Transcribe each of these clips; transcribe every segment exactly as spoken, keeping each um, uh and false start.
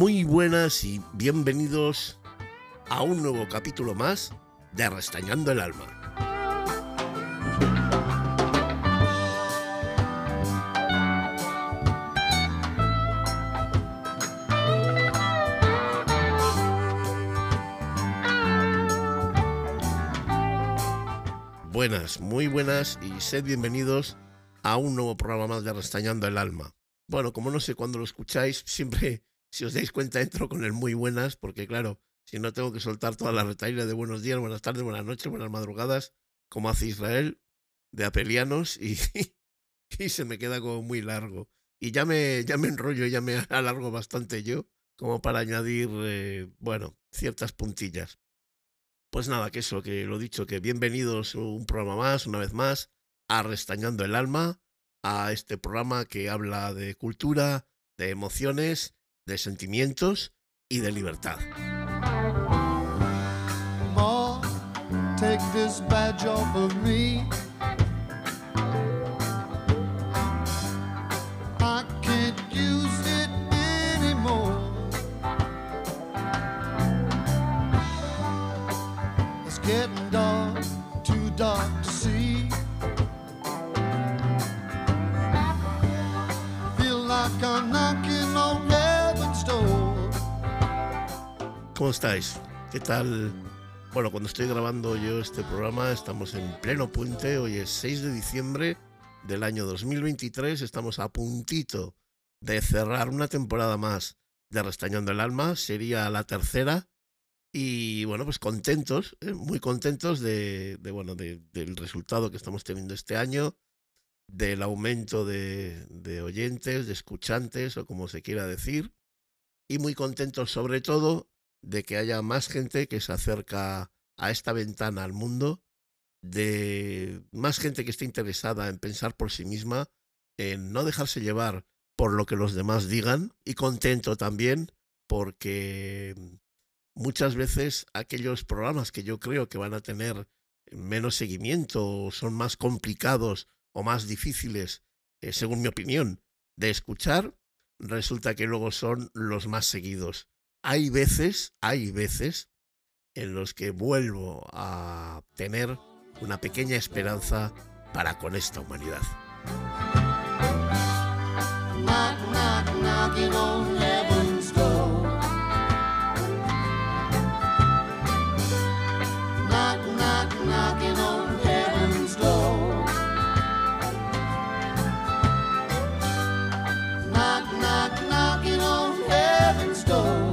Muy buenas y bienvenidos a un nuevo capítulo más de Restañando el Alma. Buenas, muy buenas y sed bienvenidos a un nuevo programa más de Restañando el Alma. Bueno, como no sé cuándo lo escucháis, siempre, si os dais cuenta, entro con el muy buenas, porque claro, si no tengo que soltar toda la retahíla de buenos días, buenas tardes, buenas noches, buenas madrugadas, como hace Israel, de apelianos, y, y se me queda como muy largo. Y ya me, ya me enrollo, ya me alargo bastante yo, como para añadir, eh, bueno, ciertas puntillas. Pues nada, que eso, que lo dicho, que bienvenidos un programa más, una vez más, a Restañando el Alma, a este programa que habla de cultura, de emociones, de sentimientos y de libertad. More, take this badge off of me. I can't use it anymore. It's getting dark, too dark to see. Feel like I'm knocking on heaven's door. ¿Cómo estáis? ¿Qué tal? Bueno, cuando estoy grabando yo este programa estamos en pleno puente. Hoy es seis de diciembre del año dos mil veintitrés. Estamos a puntito de cerrar una temporada más de Restañando el Alma. Sería la tercera. Y bueno, pues contentos, ¿eh? Muy contentos de, de, bueno, de, del resultado que estamos teniendo este año, del aumento de, de oyentes, de escuchantes o como se quiera decir. Y muy contentos sobre todo de que haya más gente que se acerca a esta ventana al mundo, de más gente que esté interesada en pensar por sí misma, en no dejarse llevar por lo que los demás digan, y contento también porque muchas veces aquellos programas que yo creo que van a tener menos seguimiento o son más complicados o más difíciles, eh, según mi opinión, de escuchar, resulta que luego son los más seguidos. Hay veces, hay veces en los que vuelvo a tener una pequeña esperanza para con esta humanidad. Knock, knock, knocking on heaven's door. Knock, knock, knocking on heaven's door. Knock, knock, knocking on heaven's door.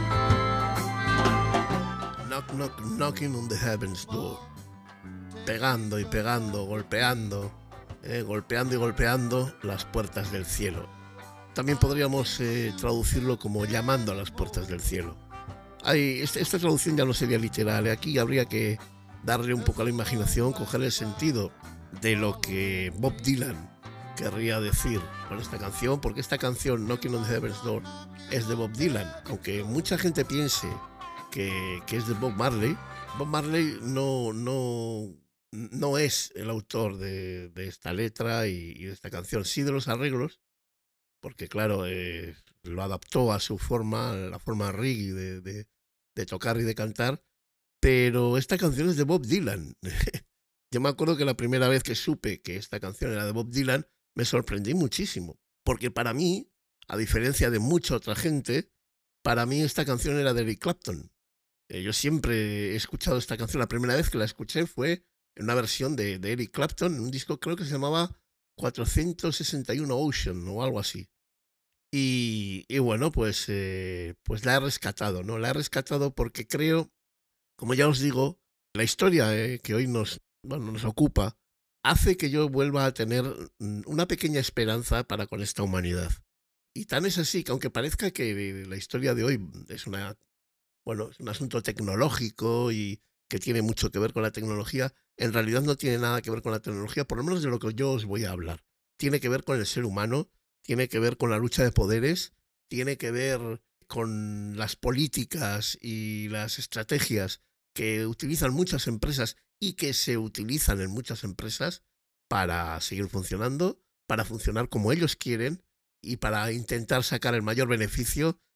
Knock, knock, knocking on the heaven's door. Pegando y pegando, golpeando, eh, golpeando y golpeando las puertas del cielo. También podríamos eh, traducirlo como llamando a las puertas del cielo. Hay, esta, esta traducción ya no sería literal. Aquí habría que darle un poco a la imaginación, coger el sentido de lo que Bob Dylan querría decir con esta canción, porque esta canción, Knocking on the Heaven's Door, es de Bob Dylan. Aunque mucha gente piense que, que es de Bob Marley, Bob Marley no, no, no es el autor de, de esta letra y, y de esta canción, sí de los arreglos, porque claro, eh, lo adaptó a su forma, a la forma reggae de, de, de tocar y de cantar, pero esta canción es de Bob Dylan. Yo me acuerdo que la primera vez que supe que esta canción era de Bob Dylan, me sorprendí muchísimo, porque para mí, a diferencia de mucha otra gente, para mí esta canción era de Eric Clapton. Eh, yo siempre he escuchado esta canción, la primera vez que la escuché fue en una versión de, de Eric Clapton, en un disco creo que se llamaba cuatrocientos sesenta y uno Ocean o algo así. Y, y bueno, pues, eh, pues la he rescatado, ¿no? La he rescatado porque creo, como ya os digo, la historia eh, que hoy nos, bueno, nos ocupa hace que yo vuelva a tener una pequeña esperanza para con esta humanidad. Y tan es así que aunque parezca que la historia de hoy es una, bueno, es un asunto tecnológico y que tiene mucho que ver con la tecnología, en realidad no tiene nada que ver con la tecnología, por lo menos de lo que yo os voy a hablar. Tiene que ver con el ser humano, tiene que ver con la lucha de poderes, tiene que ver con las políticas y las estrategias que utilizan muchas empresas y que se utilizan en muchas empresas para seguir funcionando, para funcionar como ellos quieren y para intentar sacar el mayor beneficio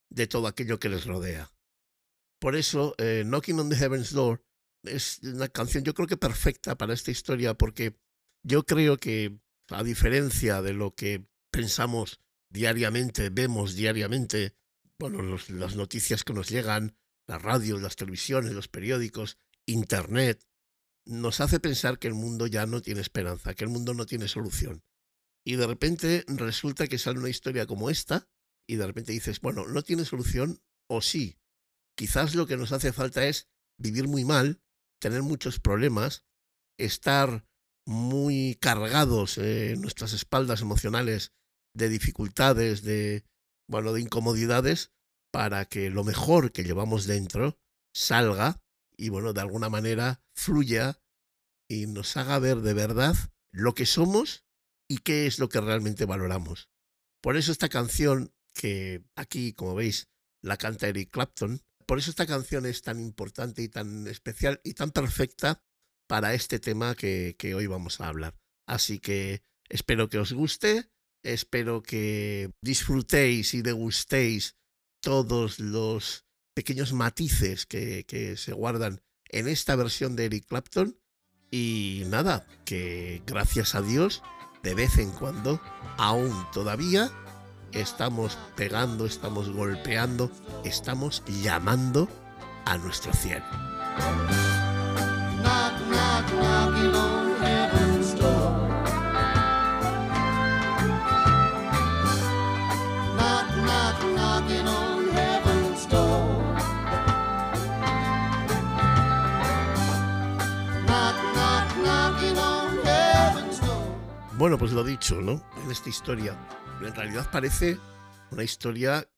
de todo aquello que les rodea. Por eso, eh, Knocking on the Heaven's Door es una canción yo creo que perfecta para esta historia, porque yo creo que, a diferencia de lo que pensamos diariamente, vemos diariamente, bueno, los, las noticias que nos llegan, las radios, las televisiones, los periódicos, internet, nos hace pensar que el mundo ya no tiene esperanza, que el mundo no tiene solución. Y de repente resulta que sale una historia como esta y de repente dices, bueno, no tiene solución o sí. Quizás lo que nos hace falta es vivir muy mal, tener muchos problemas, estar muy cargados eh, en nuestras espaldas emocionales de dificultades, de, bueno, de incomodidades, para que lo mejor que llevamos dentro salga y, bueno, de alguna manera fluya y nos haga ver de verdad lo que somos y qué es lo que realmente valoramos. Por eso esta canción, que aquí, como veis, la canta Eric Clapton, por eso esta canción es tan importante y tan especial y tan perfecta para este tema que, que hoy vamos a hablar. Así que espero que os guste, espero que disfrutéis y degustéis todos los pequeños matices que, que se guardan en esta versión de Eric Clapton. Y nada, que gracias a Dios, de vez en cuando, aún todavía, estamos pegando, estamos golpeando, estamos llamando a nuestro cielo. Knock, knock, knocking on heaven's door. Knock, knock, knocking on heaven's door. Knock, knock, knocking on heaven's door. Bueno, pues lo dicho, ¿no? En esta historia, en realidad parece una historia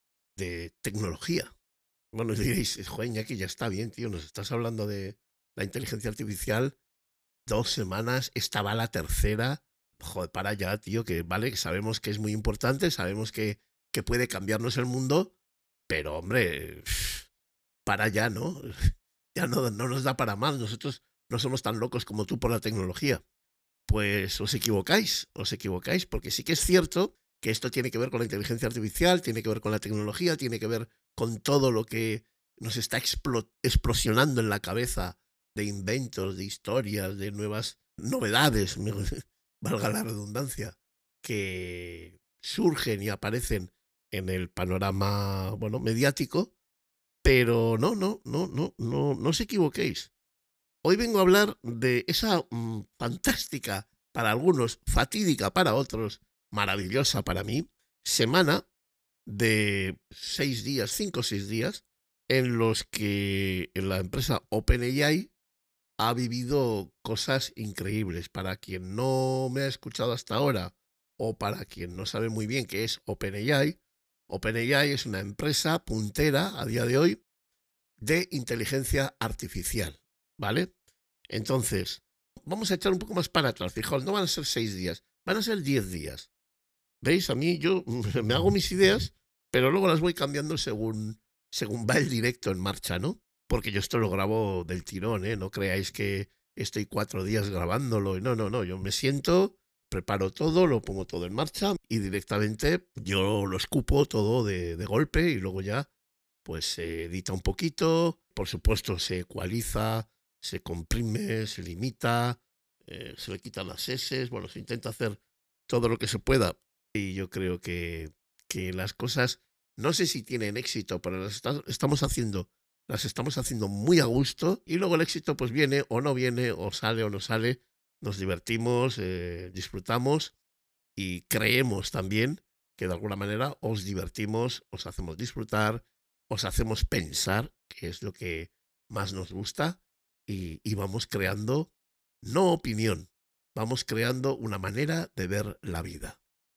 de tecnología. Bueno, diréis, joder, Iñaki, ya está bien, tío, nos estás hablando de la inteligencia artificial dos semanas, esta va la tercera. Joder, para ya, tío, que vale, que sabemos que es muy importante, sabemos que, que puede cambiarnos el mundo, pero hombre, para ya, ¿no? Ya no, no nos da para más, nosotros no somos tan locos como tú por la tecnología. Pues os equivocáis, os equivocáis, porque sí que es cierto que esto tiene que ver con la inteligencia artificial, tiene que ver con la tecnología, tiene que ver con todo lo que nos está explosionando en la cabeza de inventos, de historias, de nuevas novedades, valga la redundancia, que surgen y aparecen en el panorama, bueno, mediático, pero no, no, no, no, no, no os equivoquéis. Hoy vengo a hablar de esa mmm, fantástica, para algunos, fatídica para otros, maravillosa para mí, semana de seis días, cinco o seis días, en los que la empresa OpenAI ha vivido cosas increíbles. Para quien no me ha escuchado hasta ahora o para quien no sabe muy bien qué es OpenAI, OpenAI es una empresa puntera a día de hoy de inteligencia artificial, ¿vale? Entonces, vamos a echar un poco más para atrás. Fijaos, no van a ser seis días, van a ser diez días. ¿Veis? A mí yo me hago mis ideas, pero luego las voy cambiando según, según va el directo en marcha, ¿no? Porque yo esto lo grabo del tirón, ¿eh? No creáis que estoy cuatro días grabándolo. No, no, no. Yo me siento, preparo todo, lo pongo todo en marcha y directamente yo lo escupo todo de, de golpe y luego ya pues se edita un poquito. Por supuesto se ecualiza, se comprime, se limita, eh, se le quitan las eses. Bueno, se intenta hacer todo lo que se pueda. Y yo creo que, que las cosas, no sé si tienen éxito, pero las está, estamos haciendo, las estamos haciendo muy a gusto. Y luego el éxito pues viene o no viene, o sale o no sale. Nos divertimos, eh, disfrutamos y creemos también que de alguna manera os divertimos, os hacemos disfrutar, os hacemos pensar, que es lo que más nos gusta. Y, y vamos creando, no opinión, vamos creando una manera de ver la vida.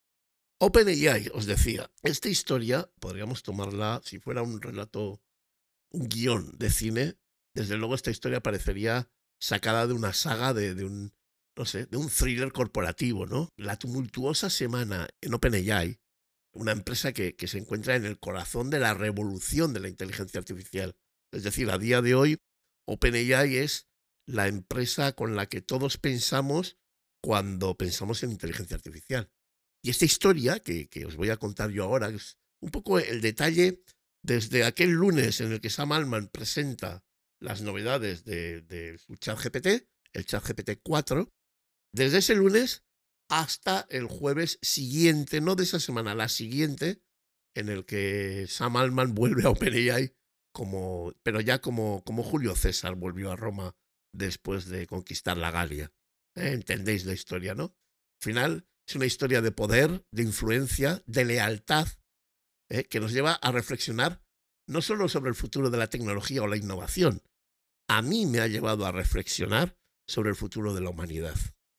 OpenAI, os decía, esta historia podríamos tomarla, si fuera un relato, un guión de cine, desde luego esta historia parecería sacada de una saga de, de un, no sé, de un thriller corporativo, ¿no? La tumultuosa semana en OpenAI, una empresa que, que se encuentra en el corazón de la revolución de la inteligencia artificial. Es decir, a día de hoy, OpenAI es la empresa con la que todos pensamos cuando pensamos en inteligencia artificial. Y esta historia que, que os voy a contar yo ahora, que es un poco el detalle desde aquel lunes en el que Sam Altman presenta las novedades de, de su ChatGPT, el ChatGPT cuatro, desde ese lunes hasta el jueves siguiente, no de esa semana, la siguiente, en el que Sam Altman vuelve a OpenAI, como, pero ya como, como Julio César volvió a Roma después de conquistar la Galia. ¿Eh? Entendéis la historia, ¿no? Al final es una historia de poder, de influencia, de lealtad, ¿eh? que nos lleva a reflexionar no solo sobre el futuro de la tecnología o la innovación. A mí me ha llevado a reflexionar sobre el futuro de la humanidad.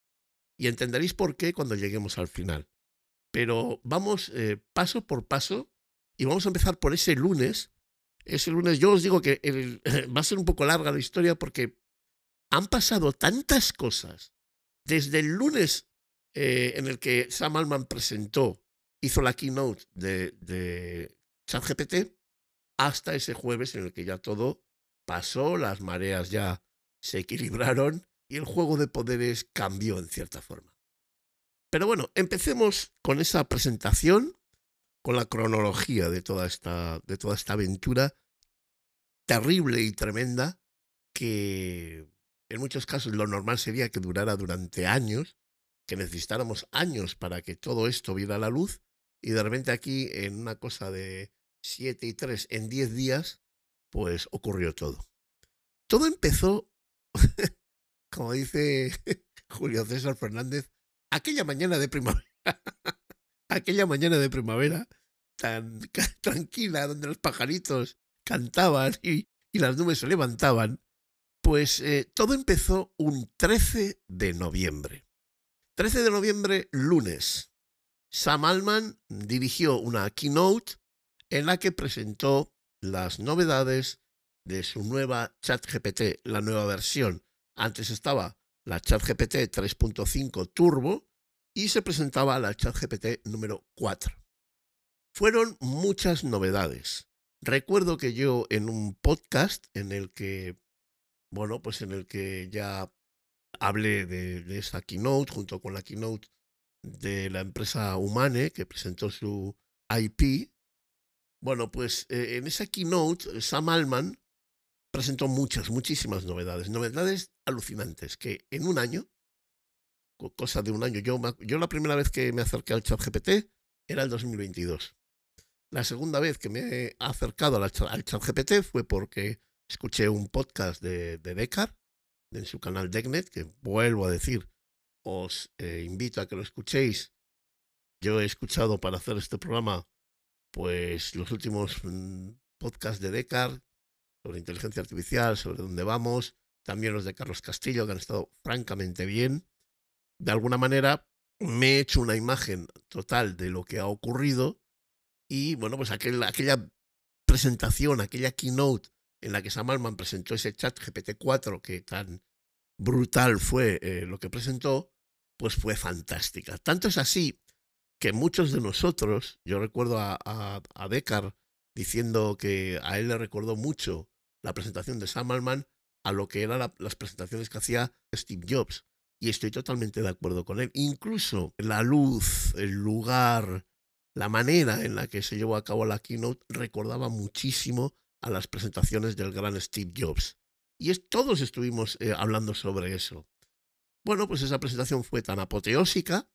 Y entenderéis por qué cuando lleguemos al final. Pero vamos eh, paso por paso y vamos a empezar por ese lunes. Ese lunes, yo os digo que el, va a ser un poco larga la historia porque han pasado tantas cosas desde el lunes eh, en el que Sam Altman presentó, hizo la keynote de, de ChatGPT, hasta ese jueves en el que ya todo pasó, las mareas ya se equilibraron y el juego de poderes cambió en cierta forma. Pero bueno, empecemos con esa presentación, con la cronología de toda esta, de toda esta aventura terrible y tremenda que en muchos casos lo normal sería que durara durante años, que necesitáramos años para que todo esto viera la luz, y de repente aquí en una cosa de siete y tres, en diez días, pues ocurrió todo. Todo empezó, como dice Julio César Fernández, aquella mañana de primavera, aquella mañana de primavera tan tranquila, donde los pajaritos cantaban y, y las nubes se levantaban, pues eh, todo empezó un trece de noviembre. trece de noviembre, lunes. Sam Altman dirigió una keynote en la que presentó las novedades de su nueva ChatGPT, la nueva versión. Antes estaba la ChatGPT tres punto cinco Turbo y se presentaba la ChatGPT número cuatro. Fueron muchas novedades. Recuerdo que yo en un podcast en el que, bueno, pues en el que ya hablé de, de esa keynote junto con la keynote de la empresa Humane que presentó su I P. Bueno, pues eh, en esa keynote Sam Altman presentó muchas, muchísimas novedades, novedades alucinantes que en un año, cosa de un año, yo, yo la primera vez que me acerqué al ChatGPT era el dos mil veintidós. La segunda vez que me he acercado al ChatGPT fue porque escuché un podcast de, de Deckard en su canal DeckNet, que vuelvo a decir, os eh, invito a que lo escuchéis. Yo he escuchado para hacer este programa pues los últimos mmm, podcasts de Deckard sobre inteligencia artificial, sobre dónde vamos, también los de Carlos Castillo, que han estado francamente bien. De alguna manera me he hecho una imagen total de lo que ha ocurrido y bueno, pues aquel, aquella presentación, aquella keynote en la que Sam Altman presentó ese ChatGPT cuatro que tan brutal fue eh, lo que presentó, pues fue fantástica. Tanto es así que muchos de nosotros, yo recuerdo a, a, a Deckard diciendo que a él le recordó mucho la presentación de Sam Altman a lo que eran la, las presentaciones que hacía Steve Jobs. Y estoy totalmente de acuerdo con él. Incluso la luz, el lugar, la manera en la que se llevó a cabo la keynote recordaba muchísimo a las presentaciones del gran Steve Jobs. Y es, todos estuvimos eh, hablando sobre eso. Bueno, pues esa presentación fue tan apoteósica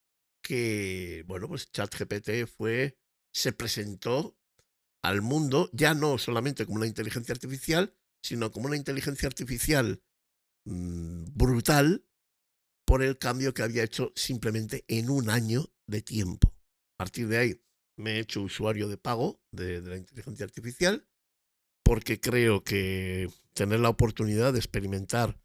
que, bueno, pues ChatGPT fue, se presentó al mundo ya no solamente como una inteligencia artificial, sino como una inteligencia artificial mmm, brutal por el cambio que había hecho simplemente en un año de tiempo. A partir de ahí me he hecho usuario de pago de, de la inteligencia artificial porque creo que tener la oportunidad de experimentar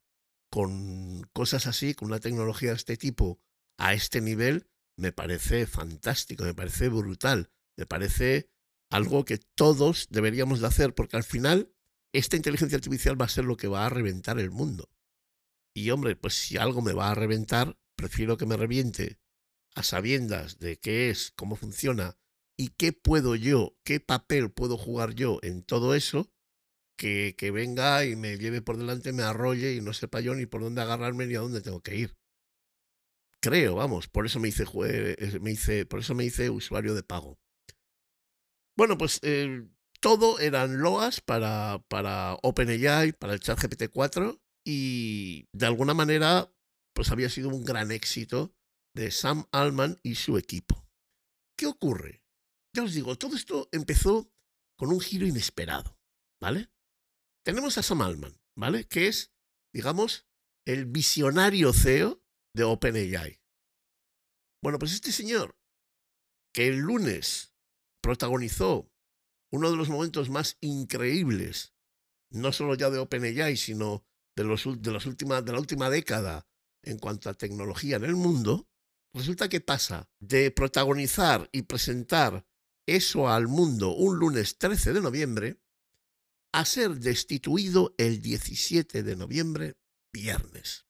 con cosas así, con una tecnología de este tipo, a este nivel, me parece fantástico, me parece brutal, me parece algo que todos deberíamos de hacer, porque al final esta inteligencia artificial va a ser lo que va a reventar el mundo. Y hombre, pues si algo me va a reventar, prefiero que me reviente a sabiendas de qué es, cómo funciona y qué puedo yo, qué papel puedo jugar yo en todo eso, que, que venga y me lleve por delante, me arrolle y no sepa yo ni por dónde agarrarme ni a dónde tengo que ir. Creo, vamos, por eso me hice, me hice, por eso me hice usuario de pago. Bueno, pues eh, todo eran loas para, para OpenAI, para el ChatGPT cuatro, y de alguna manera pues había sido un gran éxito de Sam Altman y su equipo. ¿Qué ocurre? Ya os digo, todo esto empezó con un giro inesperado, ¿vale? Tenemos a Sam Altman, ¿vale? Que es, digamos, el visionario C E O de OpenAI. Bueno, pues este señor, que el lunes protagonizó uno de los momentos más increíbles, no solo ya de OpenAI, sino de, los, de, las últimas, de la última década en cuanto a tecnología en el mundo, resulta que pasa de protagonizar y presentar eso al mundo un lunes trece de noviembre a ser destituido el diecisiete de noviembre, viernes.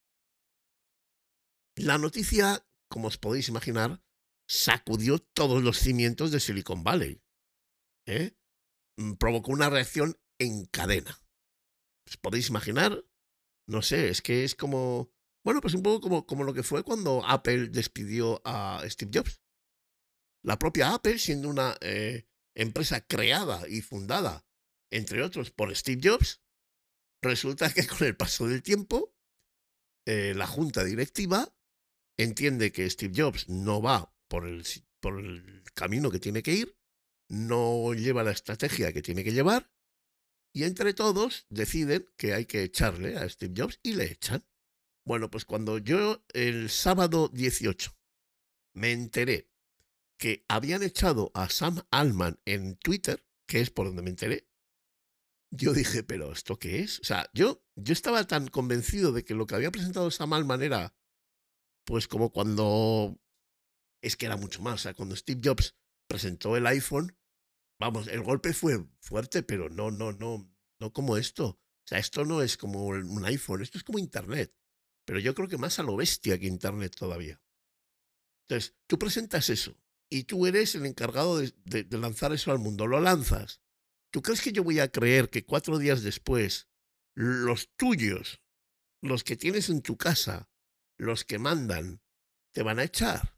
La noticia, como os podéis imaginar, sacudió todos los cimientos de Silicon Valley. ¿eh? Provocó una reacción en cadena. ¿Os podéis imaginar? No sé, es que es como... Bueno, pues un poco como, como lo que fue cuando Apple despidió a Steve Jobs. La propia Apple, siendo una eh, empresa creada y fundada, entre otros, por Steve Jobs, resulta que con el paso del tiempo, eh, la junta directiva entiende que Steve Jobs no va por el, por el camino que tiene que ir, no lleva la estrategia que tiene que llevar, y entre todos deciden que hay que echarle a Steve Jobs y le echan. Bueno, pues cuando yo el sábado dieciocho me enteré que habían echado a Sam Altman en Twitter, que es por donde me enteré, yo dije, ¿pero esto qué es? O sea, yo, yo estaba tan convencido de que lo que había presentado Sam Altman era, pues como cuando... Es que era mucho más. O sea, cuando Steve Jobs presentó el iPhone, vamos, el golpe fue fuerte, pero no, no, no, no como esto. O sea, esto no es como un iPhone, esto es como Internet. Pero yo creo que más a lo bestia que Internet todavía. Entonces, tú presentas eso y tú eres el encargado de, de, de lanzar eso al mundo. Lo lanzas. ¿Tú crees que yo voy a creer que cuatro días después los tuyos, los que tienes en tu casa, los que mandan, te van a echar?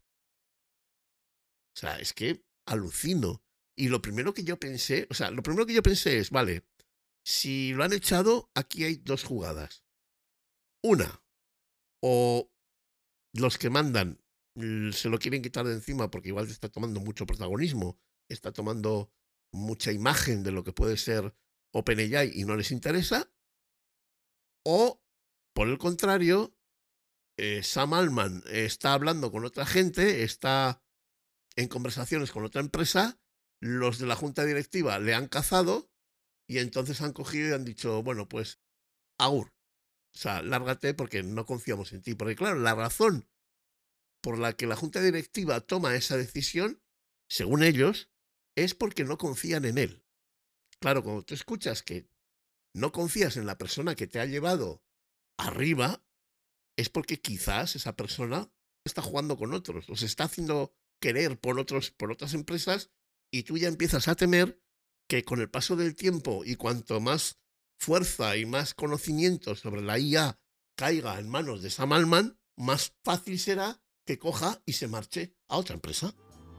O sea, es que alucino. Y lo primero que yo pensé, o sea, lo primero que yo pensé es, vale, si lo han echado, aquí hay dos jugadas. Una, o los que mandan se lo quieren quitar de encima porque igual está tomando mucho protagonismo, está tomando mucha imagen de lo que puede ser OpenAI y no les interesa, o por el contrario, eh, Sam Altman está hablando con otra gente, está en conversaciones con otra empresa, los de la junta directiva le han cazado y entonces han cogido y han dicho, bueno, pues, agur, o sea, lárgate porque no confiamos en ti. Porque claro, la razón por la que la junta directiva toma esa decisión, según ellos, es porque no confían en él. Claro, cuando tú escuchas que no confías en la persona que te ha llevado arriba, es porque quizás esa persona está jugando con otros, o se está haciendo querer por, otros, por otras empresas, y tú ya empiezas a temer que con el paso del tiempo y cuanto más fuerza y más conocimiento sobre la I A caiga en manos de Sam Altman, más fácil será que coja y se marche a otra empresa.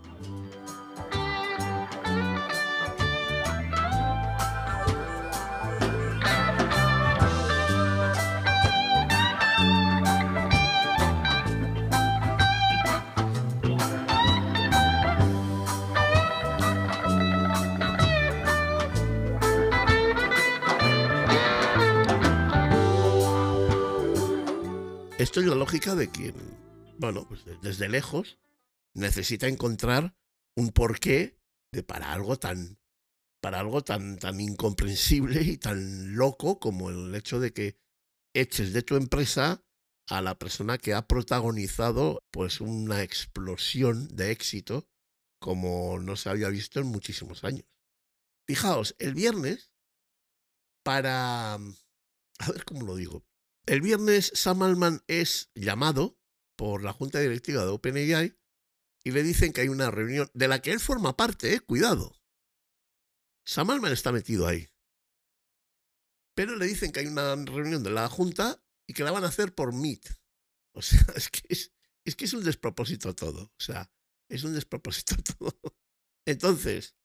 Esto es la lógica de quien, bueno, pues desde lejos necesita encontrar un porqué de para algo tan, para algo tan, tan incomprensible y tan loco como el hecho de que eches de tu empresa a la persona que ha protagonizado pues una explosión de éxito como no se había visto en muchísimos años. Fijaos, el viernes, para... A ver cómo lo digo. El viernes Sam Altman es llamado por la junta directiva de OpenAI y le dicen que hay una reunión de la que él forma parte, eh, cuidado. Sam Altman está metido ahí. Pero le dicen que hay una reunión de la junta y que la van a hacer por Meet. O sea, es que es, es que es un despropósito todo. O sea, es un despropósito todo. Entonces,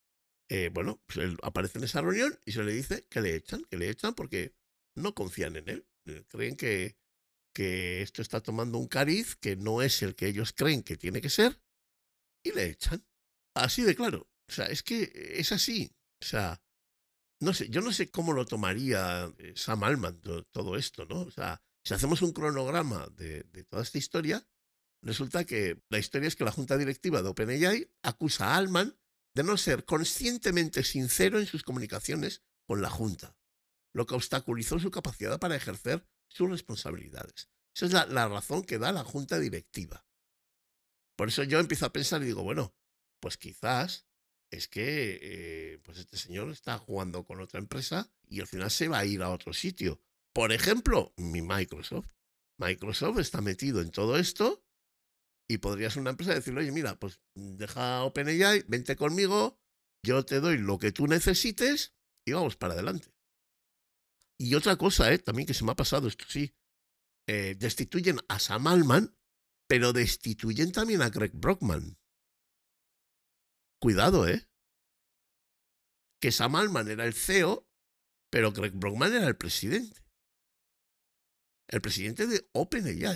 eh, bueno, pues él aparece en esa reunión y se le dice que le echan, que le echan porque no confían en él. Eh, Creen que, que esto está tomando un cariz que no es el que ellos creen que tiene que ser y le echan. Así de claro. O sea, es que es así. O sea, no sé, yo no sé cómo lo tomaría eh, Sam Altman to- todo esto, ¿no? O sea, si hacemos un cronograma de, de toda esta historia, resulta que la historia es que la junta directiva de OpenAI acusa a Altman de no ser conscientemente sincero en sus comunicaciones con la junta, lo que obstaculizó su capacidad para ejercer sus responsabilidades. Esa es la, la razón que da la junta directiva. Por eso yo empiezo a pensar y digo, bueno, pues quizás es que eh, pues este señor está jugando con otra empresa y al final se va a ir a otro sitio. Por ejemplo, mi Microsoft. Microsoft está metido en todo esto y podría ser una empresa decirle, oye, mira, pues deja OpenAI, vente conmigo, yo te doy lo que tú necesites y vamos para adelante. Y otra cosa, eh, también que se me ha pasado, esto sí, eh, destituyen a Sam Altman, pero destituyen también a Greg Brockman. Cuidado, ¿eh? Que Sam Altman era el C E O, pero Greg Brockman era el presidente. El presidente de OpenAI.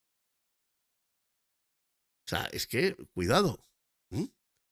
O sea, es que, cuidado. ¿Mm?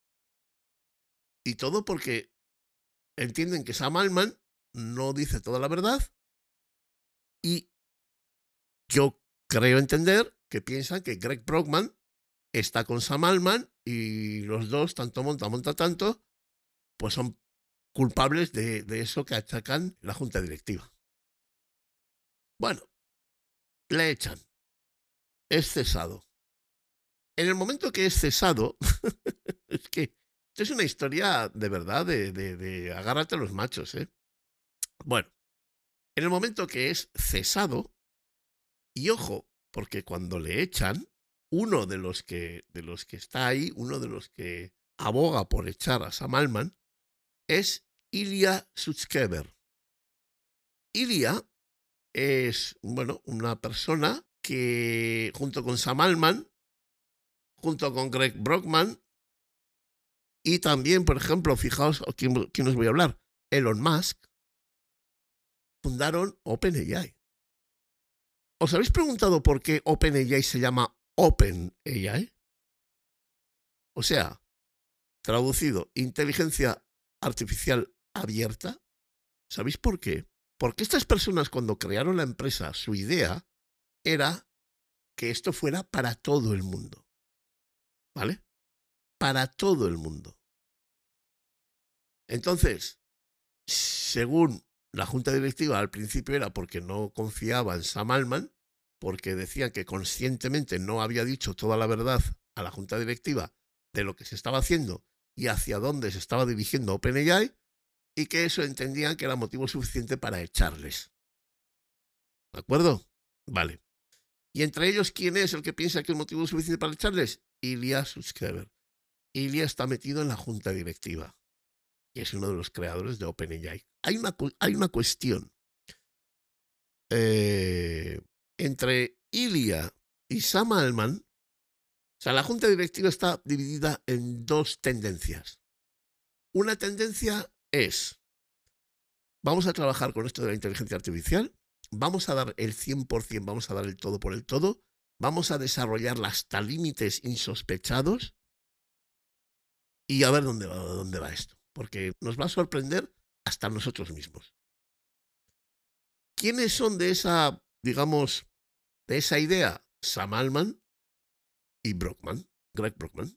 Y todo porque entienden que Sam Altman no dice toda la verdad y yo creo entender que piensan que Greg Brockman está con Sam Altman y los dos, tanto monta, monta tanto, pues son culpables de, de eso que achacan la junta directiva. Bueno, le echan. Es cesado. En el momento que es cesado, es que esto es una historia de verdad de, de, de agárrate a los machos, ¿eh? Bueno, en el momento que es cesado, y ojo, porque cuando le echan, uno de los que, de los que está ahí, uno de los que aboga por echar a Sam Altman, es Ilya Sutskever. Ilya es, bueno, una persona que junto con Sam Altman, junto con Greg Brockman, y también, por ejemplo, fijaos quién, quién os voy a hablar, Elon Musk, fundaron OpenAI. ¿Os habéis preguntado por qué OpenAI se llama OpenAI? O sea, traducido, inteligencia artificial abierta. ¿Sabéis por qué? Porque estas personas cuando crearon la empresa, su idea era que esto fuera para todo el mundo. ¿Vale? Para todo el mundo. Entonces, según la junta directiva al principio era porque no confiaba en Sam Altman, porque decían que conscientemente no había dicho toda la verdad a la junta directiva de lo que se estaba haciendo y hacia dónde se estaba dirigiendo OpenAI, y que eso entendían que era motivo suficiente para echarles. ¿De acuerdo? Vale. Y entre ellos, ¿quién es el que piensa que es motivo suficiente para echarles? Ilya Sutskever. Ilya está metido en la junta directiva y es uno de los creadores de OpenAI. Hay una, hay una cuestión eh, entre Ilya y Sam Altman. O sea, la junta directiva está dividida en dos tendencias. Una tendencia es, vamos a trabajar con esto de la inteligencia artificial, vamos a dar el cien por ciento, vamos a dar el todo por el todo, vamos a desarrollarla hasta límites insospechados y a ver dónde va, dónde va esto, porque nos va a sorprender hasta nosotros mismos. ¿Quiénes son de esa, digamos, de esa idea? Sam Altman y Brockman, Greg Brockman.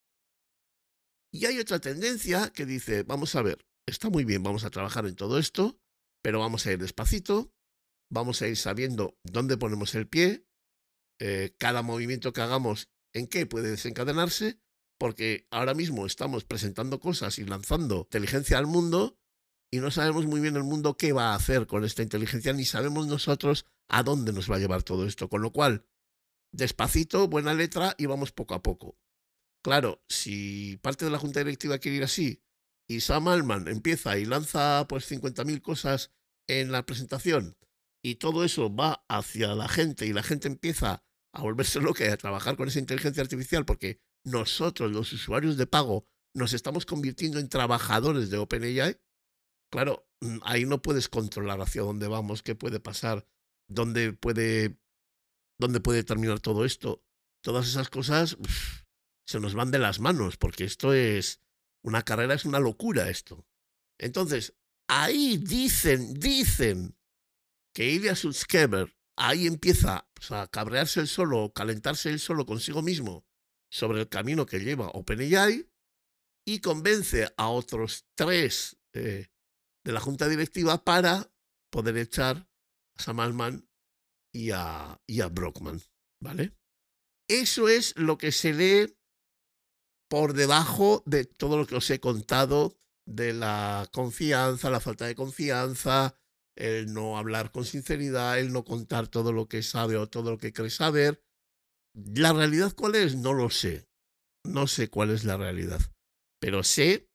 Y hay otra tendencia que dice, vamos a ver, está muy bien, vamos a trabajar en todo esto, pero vamos a ir despacito, vamos a ir sabiendo dónde ponemos el pie, eh, cada movimiento que hagamos, en qué puede desencadenarse, porque ahora mismo estamos presentando cosas y lanzando inteligencia al mundo y no sabemos muy bien el mundo qué va a hacer con esta inteligencia, ni sabemos nosotros a dónde nos va a llevar todo esto, con lo cual, despacito, buena letra y vamos poco a poco. Claro, si parte de la junta directiva quiere ir así y Sam Altman empieza y lanza pues cincuenta mil cosas en la presentación y todo eso va hacia la gente y la gente empieza a volverse loca y a trabajar con esa inteligencia artificial porque nosotros, los usuarios de pago, nos estamos convirtiendo en trabajadores de OpenAI. Claro, ahí no puedes controlar hacia dónde vamos, qué puede pasar, dónde puede, dónde puede terminar todo esto. Todas esas cosas uf, se nos van de las manos, porque esto es una carrera, es una locura esto. Entonces, ahí dicen, dicen que Ilya Sutskever ahí empieza pues, a cabrearse él solo, calentarse él solo consigo mismo sobre el camino que lleva OpenAI y convence a otros tres eh, de la junta directiva para poder echar a Sam Altman y a, y a Brockman, ¿vale? Eso es lo que se lee por debajo de todo lo que os he contado de la confianza, la falta de confianza, el no hablar con sinceridad, el no contar todo lo que sabe o todo lo que cree saber. ¿La realidad cuál es? No lo sé. No sé cuál es la realidad. Pero sé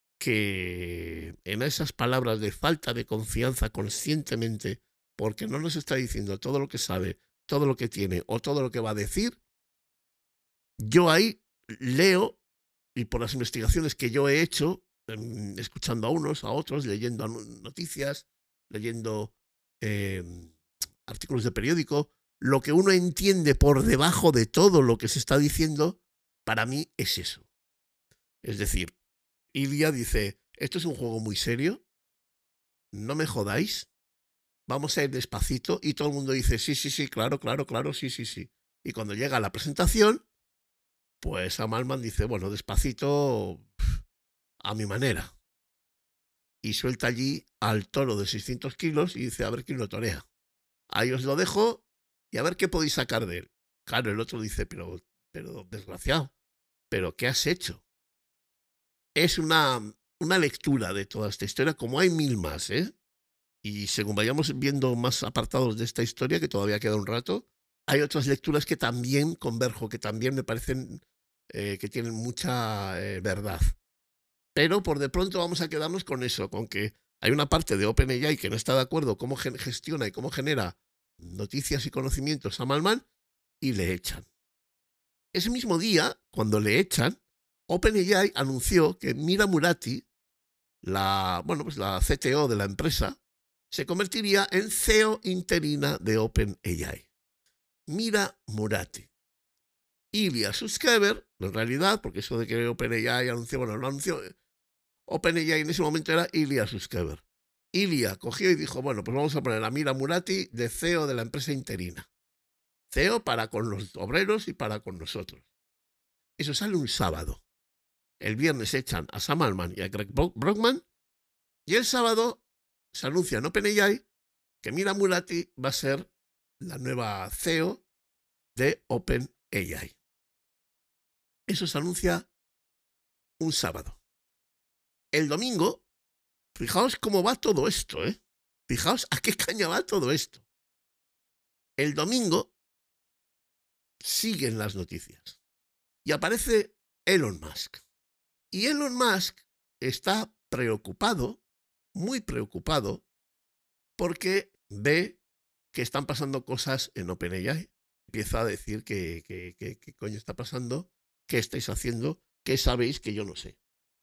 que en esas palabras de falta de confianza conscientemente, porque no nos está diciendo todo lo que sabe, todo lo que tiene o todo lo que va a decir, yo ahí leo, y por las investigaciones que yo he hecho, escuchando a unos, a otros, leyendo noticias, leyendo eh, artículos de periódico, lo que uno entiende por debajo de todo lo que se está diciendo, para mí es eso. Es decir, Ilya dice, esto es un juego muy serio, no me jodáis, vamos a ir despacito, y todo el mundo dice, sí, sí, sí, claro, claro, claro, sí, sí, sí. Y cuando llega la presentación, pues Sam Altman dice, bueno, despacito, a mi manera. Y suelta allí al toro de seiscientos kilos y dice, a ver quién lo torea. Ahí os lo dejo y a ver qué podéis sacar de él. Claro, el otro dice, pero, pero desgraciado, ¿pero qué has hecho? Es una, una lectura de toda esta historia, como hay mil más, ¿eh? Y según vayamos viendo más apartados de esta historia, que todavía queda un rato, hay otras lecturas que también converjo, que también me parecen eh, que tienen mucha eh, verdad. Pero por de pronto vamos a quedarnos con eso, con que hay una parte de OpenAI que no está de acuerdo cómo gestiona y cómo genera noticias y conocimientos a Altman y le echan. Ese mismo día, cuando le echan, OpenAI anunció que Mira Murati, la, bueno, pues la C T O de la empresa, se convertiría en C E O interina de OpenAI. Mira Murati. Ilya Sutskever, en realidad, porque eso de que OpenAI anunció, bueno, lo anunció, OpenAI en ese momento era Ilya Sutskever. Ilya cogió y dijo, bueno, pues vamos a poner a Mira Murati de C E O de la empresa interina. C E O para con los obreros y para con nosotros. Eso sale un sábado. El viernes echan a Sam Altman y a Greg Brockman y el sábado se anuncia en OpenAI que Mira Murati va a ser la nueva C E O de OpenAI. Eso se anuncia un sábado. El domingo, fijaos cómo va todo esto, ¿eh? Fijaos a qué caña va todo esto. El domingo siguen las noticias y aparece Elon Musk. Y Elon Musk está preocupado, muy preocupado, porque ve que están pasando cosas en OpenAI. Empieza a decir que, que, que, que coño está pasando, qué estáis haciendo, qué sabéis que yo no sé.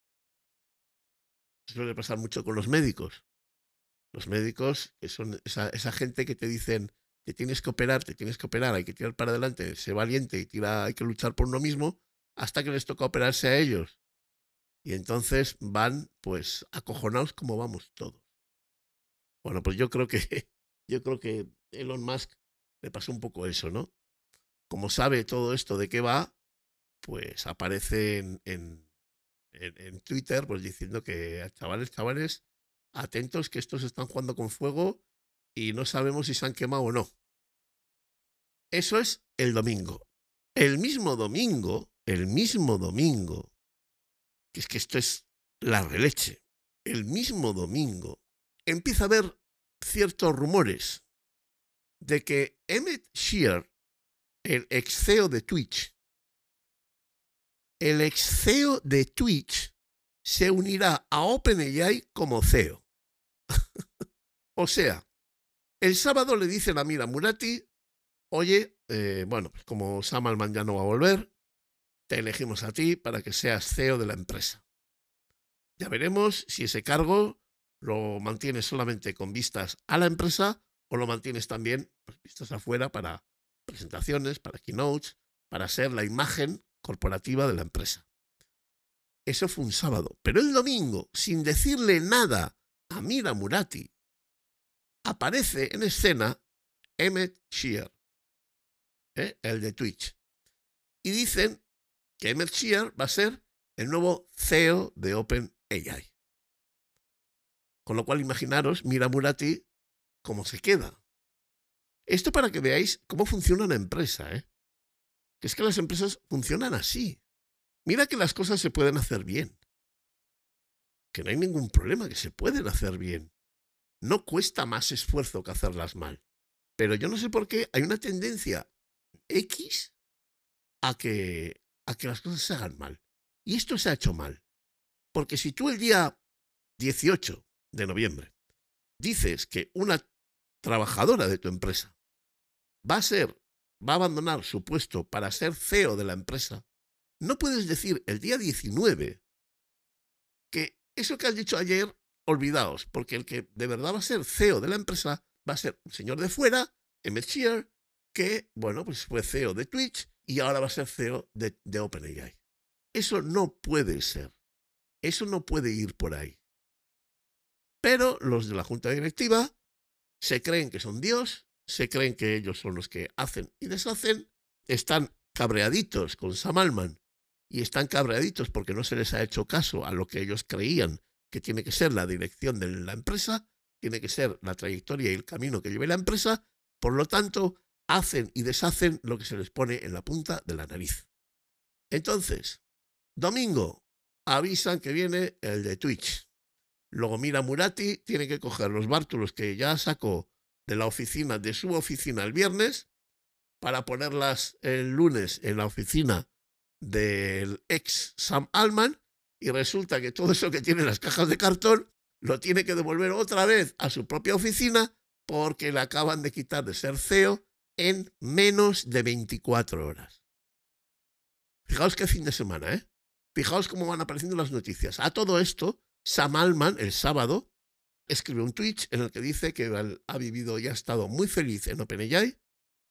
Suele pasar mucho con los médicos. Los médicos, que son esa, esa gente que te dicen, te tienes que operar, te tienes que operar, hay que tirar para adelante, sé valiente y tira, hay que luchar por uno mismo, hasta que les toca operarse a ellos. Y entonces van, pues, acojonados como vamos todos. Bueno, pues yo creo que, yo creo que Elon Musk le pasó un poco eso, ¿no? Como sabe todo esto de qué va, pues aparece en, en, en, en Twitter, pues diciendo que, chavales, chavales, atentos que estos están jugando con fuego y no sabemos si se han quemado o no. Eso es el domingo. El mismo domingo, el mismo domingo, que es que esto es la releche, el mismo domingo empieza a haber ciertos rumores de que Emmett Shear, el ex C E O de Twitch, el ex C E O de Twitch se unirá a OpenAI como C E O. O sea, el sábado le dicen a Mira Murati, oye, eh, bueno, pues como Sam Altman ya no va a volver, te elegimos a ti para que seas C E O de la empresa. Ya veremos si ese cargo lo mantienes solamente con vistas a la empresa o lo mantienes también pues, vistas afuera para presentaciones, para keynotes, para ser la imagen corporativa de la empresa. Eso fue un sábado, pero el domingo, sin decirle nada a Mira Murati, aparece en escena Emmett Shear, ¿eh? el de Twitch, y dicen que Emmett Shear va a ser el nuevo C E O de OpenAI. Con lo cual, imaginaros, Mira Murati, cómo se queda. Esto para que veáis cómo funciona una empresa, ¿eh? Que es que las empresas funcionan así. Mira que las cosas se pueden hacer bien. Que no hay ningún problema, que se pueden hacer bien. No cuesta más esfuerzo que hacerlas mal. Pero yo no sé por qué hay una tendencia X a que, a que las cosas se hagan mal. Y esto se ha hecho mal. Porque si tú el día dieciocho de noviembre dices que una trabajadora de tu empresa va a ser, va a abandonar su puesto para ser C E O de la empresa, no puedes decir el día diecinueve que eso que has dicho ayer, olvidaos, porque el que de verdad va a ser C E O de la empresa va a ser un señor de fuera, Emmett Shear, que, bueno, pues fue C E O de Twitch y ahora va a ser C E O de, de OpenAI. Eso no puede ser. Eso no puede ir por ahí. Pero los de la junta directiva se creen que son Dios, se creen que ellos son los que hacen y deshacen, están cabreaditos con Sam Altman y están cabreaditos porque no se les ha hecho caso a lo que ellos creían que tiene que ser la dirección de la empresa, tiene que ser la trayectoria y el camino que lleve la empresa, por lo tanto, hacen y deshacen lo que se les pone en la punta de la nariz. Entonces, domingo, avisan que viene el de Twitch. Luego Mira Murati tiene que coger los bártulos que ya sacó de la oficina, de su oficina el viernes, para ponerlas el lunes en la oficina del ex Sam Altman, y resulta que todo eso que tiene en las cajas de cartón lo tiene que devolver otra vez a su propia oficina porque le acaban de quitar de ser C E O en menos de veinticuatro horas. Fijaos qué fin de semana, ¿eh? Fijaos cómo van apareciendo las noticias. A todo esto, Sam Altman, el sábado, escribe un tweet en el que dice que ha vivido y ha estado muy feliz en OpenAI,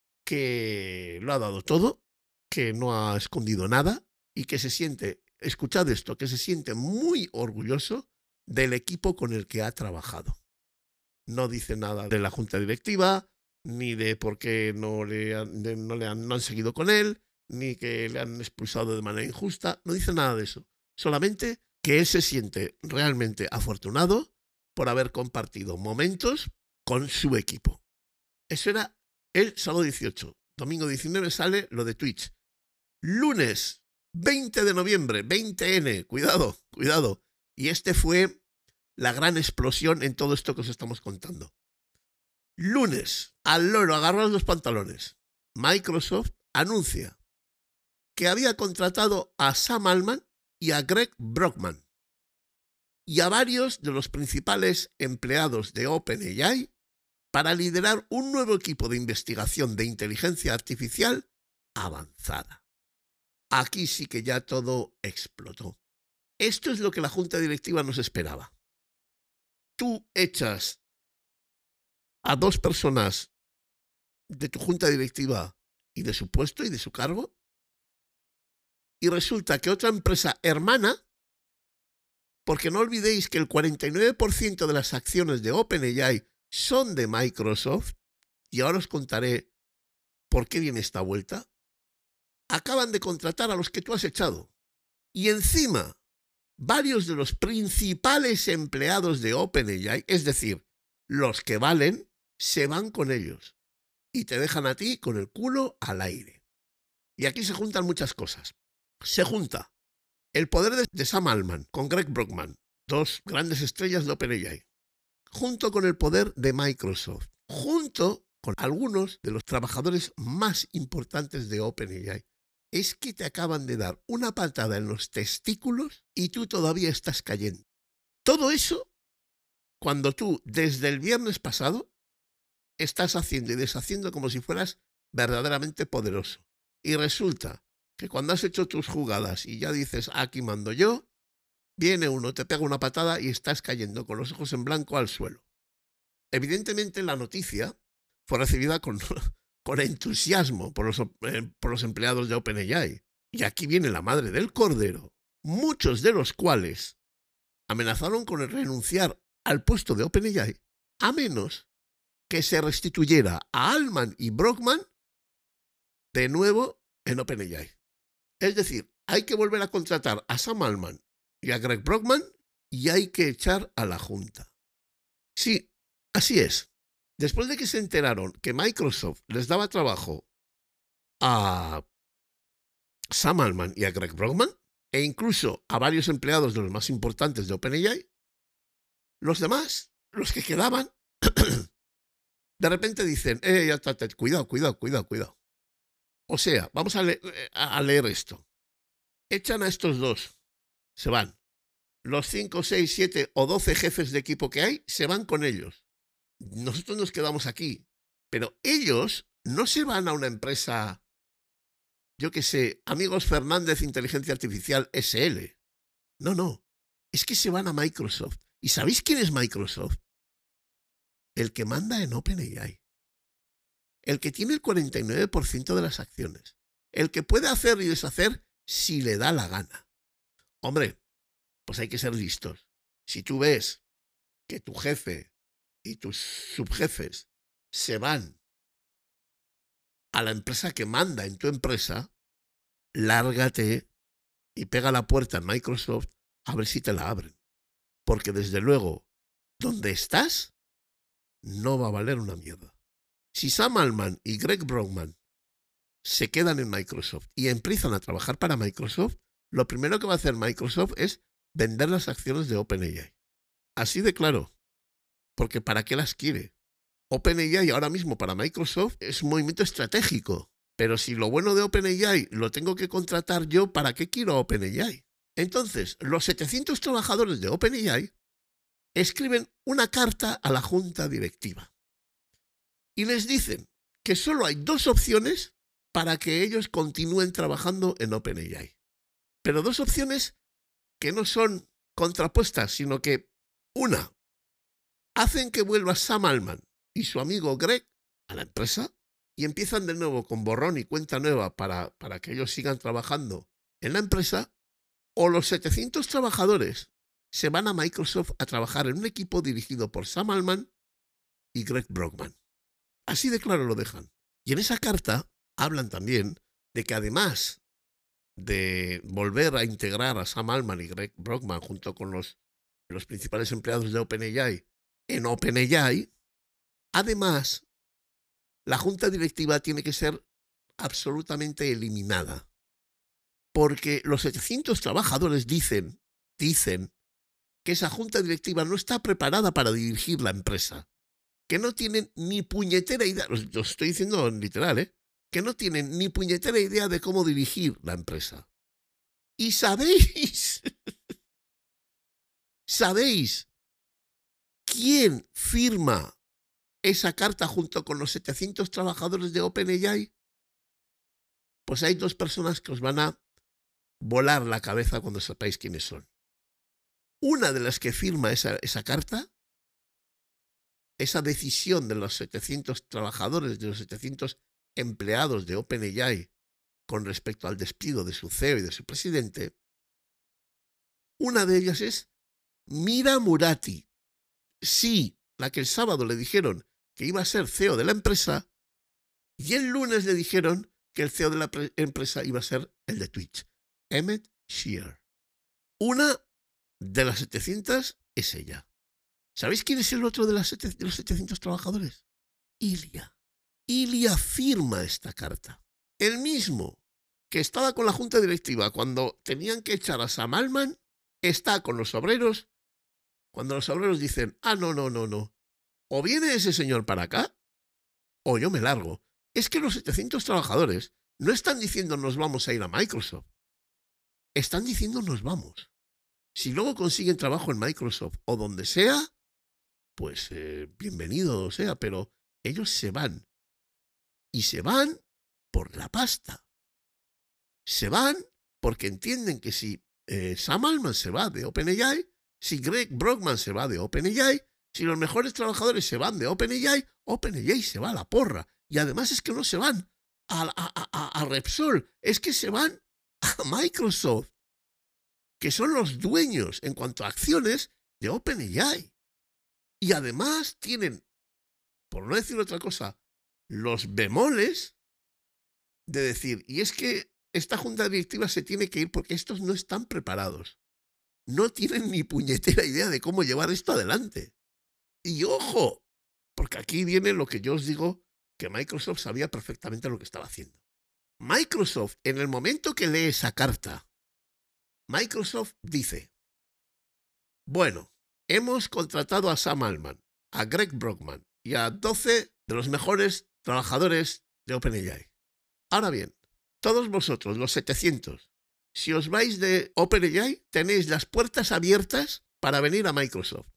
que lo ha dado todo, que no ha escondido nada y que se siente, escuchad esto, que se siente muy orgulloso del equipo con el que ha trabajado. No dice nada de la junta directiva, ni de por qué no, le han, de, no, le han, no han seguido con él, ni que le han expulsado de manera injusta, no dice nada de eso. Solamente que él se siente realmente afortunado por haber compartido momentos con su equipo. Eso era el sábado dieciocho. Domingo diecinueve sale lo de Twitch. Lunes veinte de noviembre, veinte ene, cuidado, cuidado. Y este fue la gran explosión en todo esto que os estamos contando. Lunes, al loro, agarraos los pantalones. Microsoft anuncia que había contratado a Sam Altman y a Greg Brockman y a varios de los principales empleados de OpenAI para liderar un nuevo equipo de investigación de inteligencia artificial avanzada. Aquí sí que ya todo explotó. Esto es lo que la junta directiva nos esperaba. Tú echas a dos personas de tu junta directiva y de su puesto y de su cargo, y resulta que otra empresa hermana, porque no olvidéis que el cuarenta y nueve por ciento de las acciones de OpenAI son de Microsoft, y ahora os contaré por qué viene esta vuelta, acaban de contratar a los que tú has echado. Y encima, varios de los principales empleados de OpenAI, es decir, los que valen, se van con ellos y te dejan a ti con el culo al aire. Y aquí se juntan muchas cosas. Se junta el poder de Sam Altman con Greg Brockman, dos grandes estrellas de OpenAI, junto con el poder de Microsoft, junto con algunos de los trabajadores más importantes de OpenAI. Es que te acaban de dar una patada en los testículos y tú todavía estás cayendo. Todo eso cuando tú, desde el viernes pasado, estás haciendo y deshaciendo como si fueras verdaderamente poderoso. Y resulta que cuando has hecho tus jugadas y ya dices, aquí mando yo, viene uno, te pega una patada y estás cayendo con los ojos en blanco al suelo. Evidentemente la noticia fue recibida con, con entusiasmo por los, eh, por los empleados de OpenAI. Y aquí viene la madre del cordero, muchos de los cuales amenazaron con renunciar al puesto de OpenAI a menos que se restituyera a Altman y Brockman de nuevo en OpenAI. Es decir, hay que volver a contratar a Sam Altman y a Greg Brockman y hay que echar a la junta. Sí, así es. Después de que se enteraron que Microsoft les daba trabajo a Sam Altman y a Greg Brockman, e incluso a varios empleados de los más importantes de OpenAI, los demás, los que quedaban, de repente dicen, eh, ya está, cuidado, cuidado, cuidado, cuidado. O sea, vamos a, le a leer esto. Echan a estos dos, se van. Los cinco, seis, siete o doce jefes de equipo que hay, se van con ellos. Nosotros nos quedamos aquí. Pero ellos no se van a una empresa, yo qué sé, Amigos Fernández Inteligencia Artificial S L. No, no. Es que se van a Microsoft. ¿Y sabéis quién es Microsoft? El que manda en OpenAI. El que tiene el cuarenta y nueve por ciento de las acciones. El que puede hacer y deshacer si le da la gana. Hombre, pues hay que ser listos. Si tú ves que tu jefe y tus subjefes se van a la empresa que manda en tu empresa, lárgate y pega la puerta en Microsoft a ver si te la abren. Porque desde luego, donde estás, no va a valer una mierda. Si Sam Altman y Greg Brockman se quedan en Microsoft y empiezan a trabajar para Microsoft, lo primero que va a hacer Microsoft es vender las acciones de OpenAI. Así de claro. Porque ¿para qué las quiere? OpenAI ahora mismo para Microsoft es un movimiento estratégico. Pero si lo bueno de OpenAI lo tengo que contratar yo, ¿para qué quiero a OpenAI? Entonces, los setecientos trabajadores de OpenAI escriben una carta a la junta directiva. Y les dicen que solo hay dos opciones para que ellos continúen trabajando en OpenAI. Pero dos opciones que no son contrapuestas, sino que, una, hacen que vuelva Sam Altman y su amigo Greg a la empresa y empiezan de nuevo con borrón y cuenta nueva para, para que ellos sigan trabajando en la empresa, o los setecientos trabajadores se van a Microsoft a trabajar en un equipo dirigido por Sam Altman y Greg Brockman. Así de claro lo dejan. Y en esa carta hablan también de que además de volver a integrar a Sam Altman y Greg Brockman junto con los, los principales empleados de OpenAI en OpenAI, además la junta directiva tiene que ser absolutamente eliminada. Porque los setecientos trabajadores dicen, dicen que esa junta directiva no está preparada para dirigir la empresa. Que no tienen ni puñetera idea, lo estoy diciendo en literal, ¿eh? Que no tienen ni puñetera idea de cómo dirigir la empresa. ¿Y sabéis? ¿Sabéis quién firma esa carta junto con los setecientos trabajadores de OpenAI? Pues hay dos personas que os van a volar la cabeza cuando sepáis quiénes son. Una de las que firma esa, esa carta, esa decisión de los setecientos trabajadores, de los setecientos empleados de OpenAI con respecto al despido de su C E O y de su presidente, una de ellas es Mira Murati. Sí, la que el sábado le dijeron que iba a ser C E O de la empresa y el lunes le dijeron que el C E O de la empresa iba a ser el de Twitch, Emmett Shear. Una de las setecientas es ella. ¿Sabéis quién es el otro de, las de los setecientos trabajadores? Ilya. Ilya firma esta carta. El mismo que estaba con la junta directiva cuando tenían que echar a Sam Altman, está con los obreros cuando los obreros dicen, ah, no, no, no, no. O viene ese señor para acá, o yo me largo. Es que los setecientos trabajadores no están diciendo nos vamos a ir a Microsoft. Están diciendo nos vamos. Si luego consiguen trabajo en Microsoft o donde sea, pues eh, bienvenido sea, pero ellos se van. Y se van por la pasta. Se van porque entienden que si eh, Sam Altman se va de OpenAI, si Greg Brockman se va de OpenAI, si los mejores trabajadores se van de OpenAI, OpenAI se va a la porra. Y además es que no se van a, a, a, a Repsol, es que se van a Microsoft, que son los dueños en cuanto a acciones de OpenAI. Y además tienen, por no decir otra cosa, los bemoles de decir, y es que esta junta directiva se tiene que ir porque estos no están preparados. No tienen ni puñetera idea de cómo llevar esto adelante. Y ojo, porque aquí viene lo que yo os digo, que Microsoft sabía perfectamente lo que estaba haciendo. Microsoft, en el momento que lee esa carta, Microsoft dice, bueno, hemos contratado a Sam Altman, a Greg Brockman y a doce de los mejores trabajadores de OpenAI. Ahora bien, todos vosotros, los setecientos, si os vais de OpenAI, tenéis las puertas abiertas para venir a Microsoft.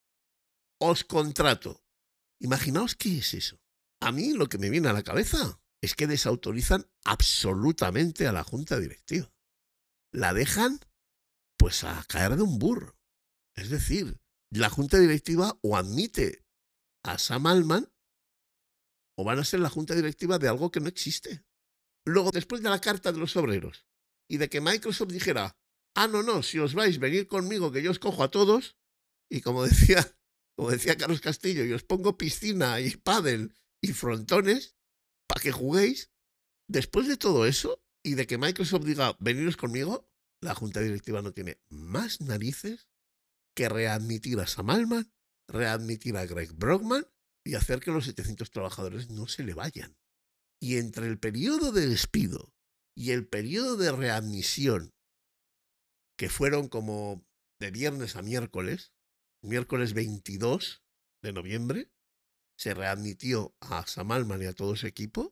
Os contrato. Imaginaos qué es eso. A mí lo que me viene a la cabeza es que desautorizan absolutamente a la junta directiva. La dejan, pues, a caer de un burro. Es decir, la junta directiva o admite a Sam Altman o van a ser la junta directiva de algo que no existe. Luego, después de la carta de los obreros y de que Microsoft dijera, ah, no, no, si os vais, venir conmigo que yo os cojo a todos, y como decía, como decía Carlos Castillo, y os pongo piscina y pádel y frontones para que juguéis, después de todo eso y de que Microsoft diga, veniros conmigo, la junta directiva no tiene más narices que readmitir a Sam Altman, readmitir a Greg Brockman y hacer que los setecientos trabajadores no se le vayan. Y entre el periodo de despido y el periodo de readmisión, que fueron como de viernes a miércoles, miércoles veintidós de noviembre, se readmitió a Sam Altman y a todo su equipo,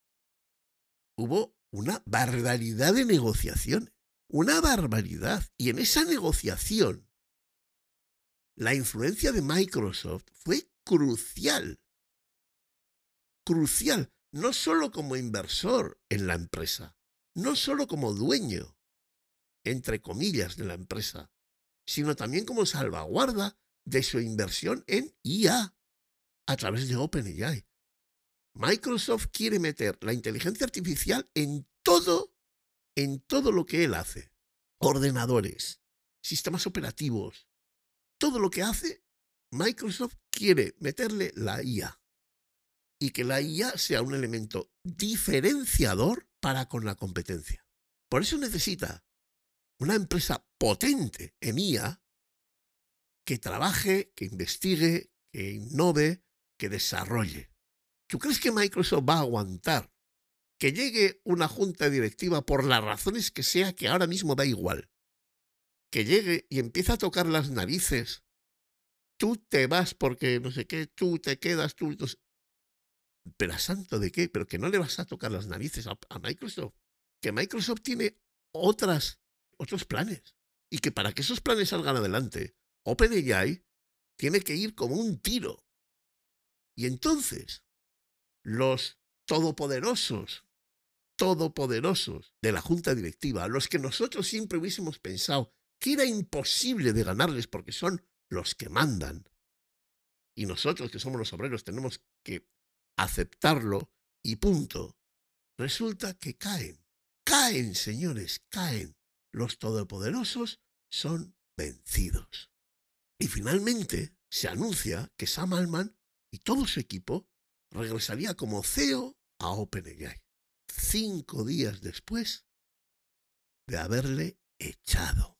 hubo una barbaridad de negociaciones, una barbaridad. Y en esa negociación, la influencia de Microsoft fue crucial, crucial. No solo como inversor en la empresa, no solo como dueño, entre comillas, de la empresa, sino también como salvaguarda de su inversión en I A a través de OpenAI. Microsoft quiere meter la inteligencia artificial en todo, en todo lo que él hace. Ordenadores, sistemas operativos, todo lo que hace, Microsoft quiere meterle la I A. Y que la I A sea un elemento diferenciador para con la competencia. Por eso necesita una empresa potente en I A que trabaje, que investigue, que innove, que desarrolle. ¿Tú crees que Microsoft va a aguantar que llegue una junta directiva por las razones que sea, que ahora mismo da igual? Que llegue y empiece a tocar las narices. Tú te vas porque no sé qué, tú te quedas, tú... No sé. ¿Pero a santo de qué? ¿Pero que no le vas a tocar las narices a, a Microsoft? Que Microsoft tiene otras, otros planes. Y que para que esos planes salgan adelante, OpenAI tiene que ir como un tiro. Y entonces, los todopoderosos, todopoderosos de la junta directiva, los que nosotros siempre hubiésemos pensado que era imposible de ganarles porque son los que mandan, y nosotros que somos los obreros tenemos que aceptarlo y punto. Resulta que caen, caen, señores, caen. Los todopoderosos son vencidos. Y finalmente se anuncia que Sam Altman y todo su equipo regresaría como C E O a OpenAI, cinco días después de haberle echado,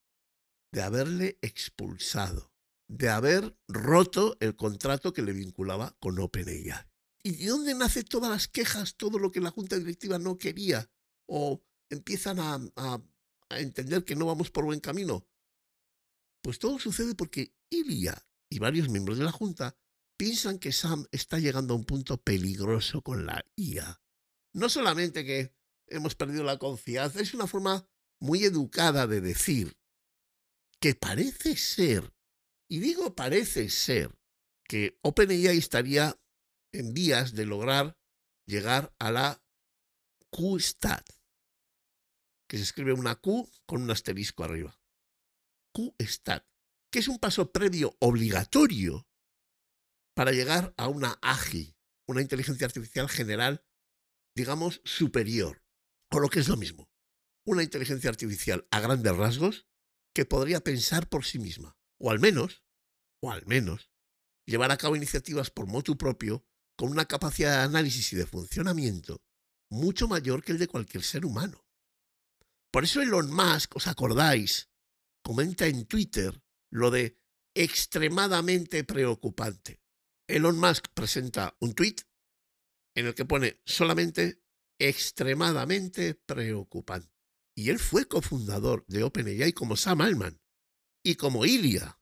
de haberle expulsado, de haber roto el contrato que le vinculaba con OpenAI. ¿Y de dónde nacen todas las quejas, todo lo que la junta directiva no quería? ¿O empiezan a, a, a entender que no vamos por buen camino? Pues todo sucede porque Ilya y varios miembros de la junta piensan que Sam está llegando a un punto peligroso con la I A. No solamente que hemos perdido la confianza, es una forma muy educada de decir que parece ser, y digo parece ser, que OpenAI estaría en vías de lograr llegar a la Q STAT. que se escribe una Q con un asterisco arriba. QStat, que es un paso previo obligatorio para llegar a una A G I, una inteligencia artificial general, digamos, superior, o lo que es lo mismo, una inteligencia artificial a grandes rasgos que podría pensar por sí misma, o al menos, o al menos, llevar a cabo iniciativas por motu propio con una capacidad de análisis y de funcionamiento mucho mayor que el de cualquier ser humano. Por eso Elon Musk, ¿os acordáis?, comenta en Twitter lo de extremadamente preocupante. Elon Musk presenta un tweet en el que pone solamente extremadamente preocupante. Y él fue cofundador de OpenAI como Sam Altman y como Ilya.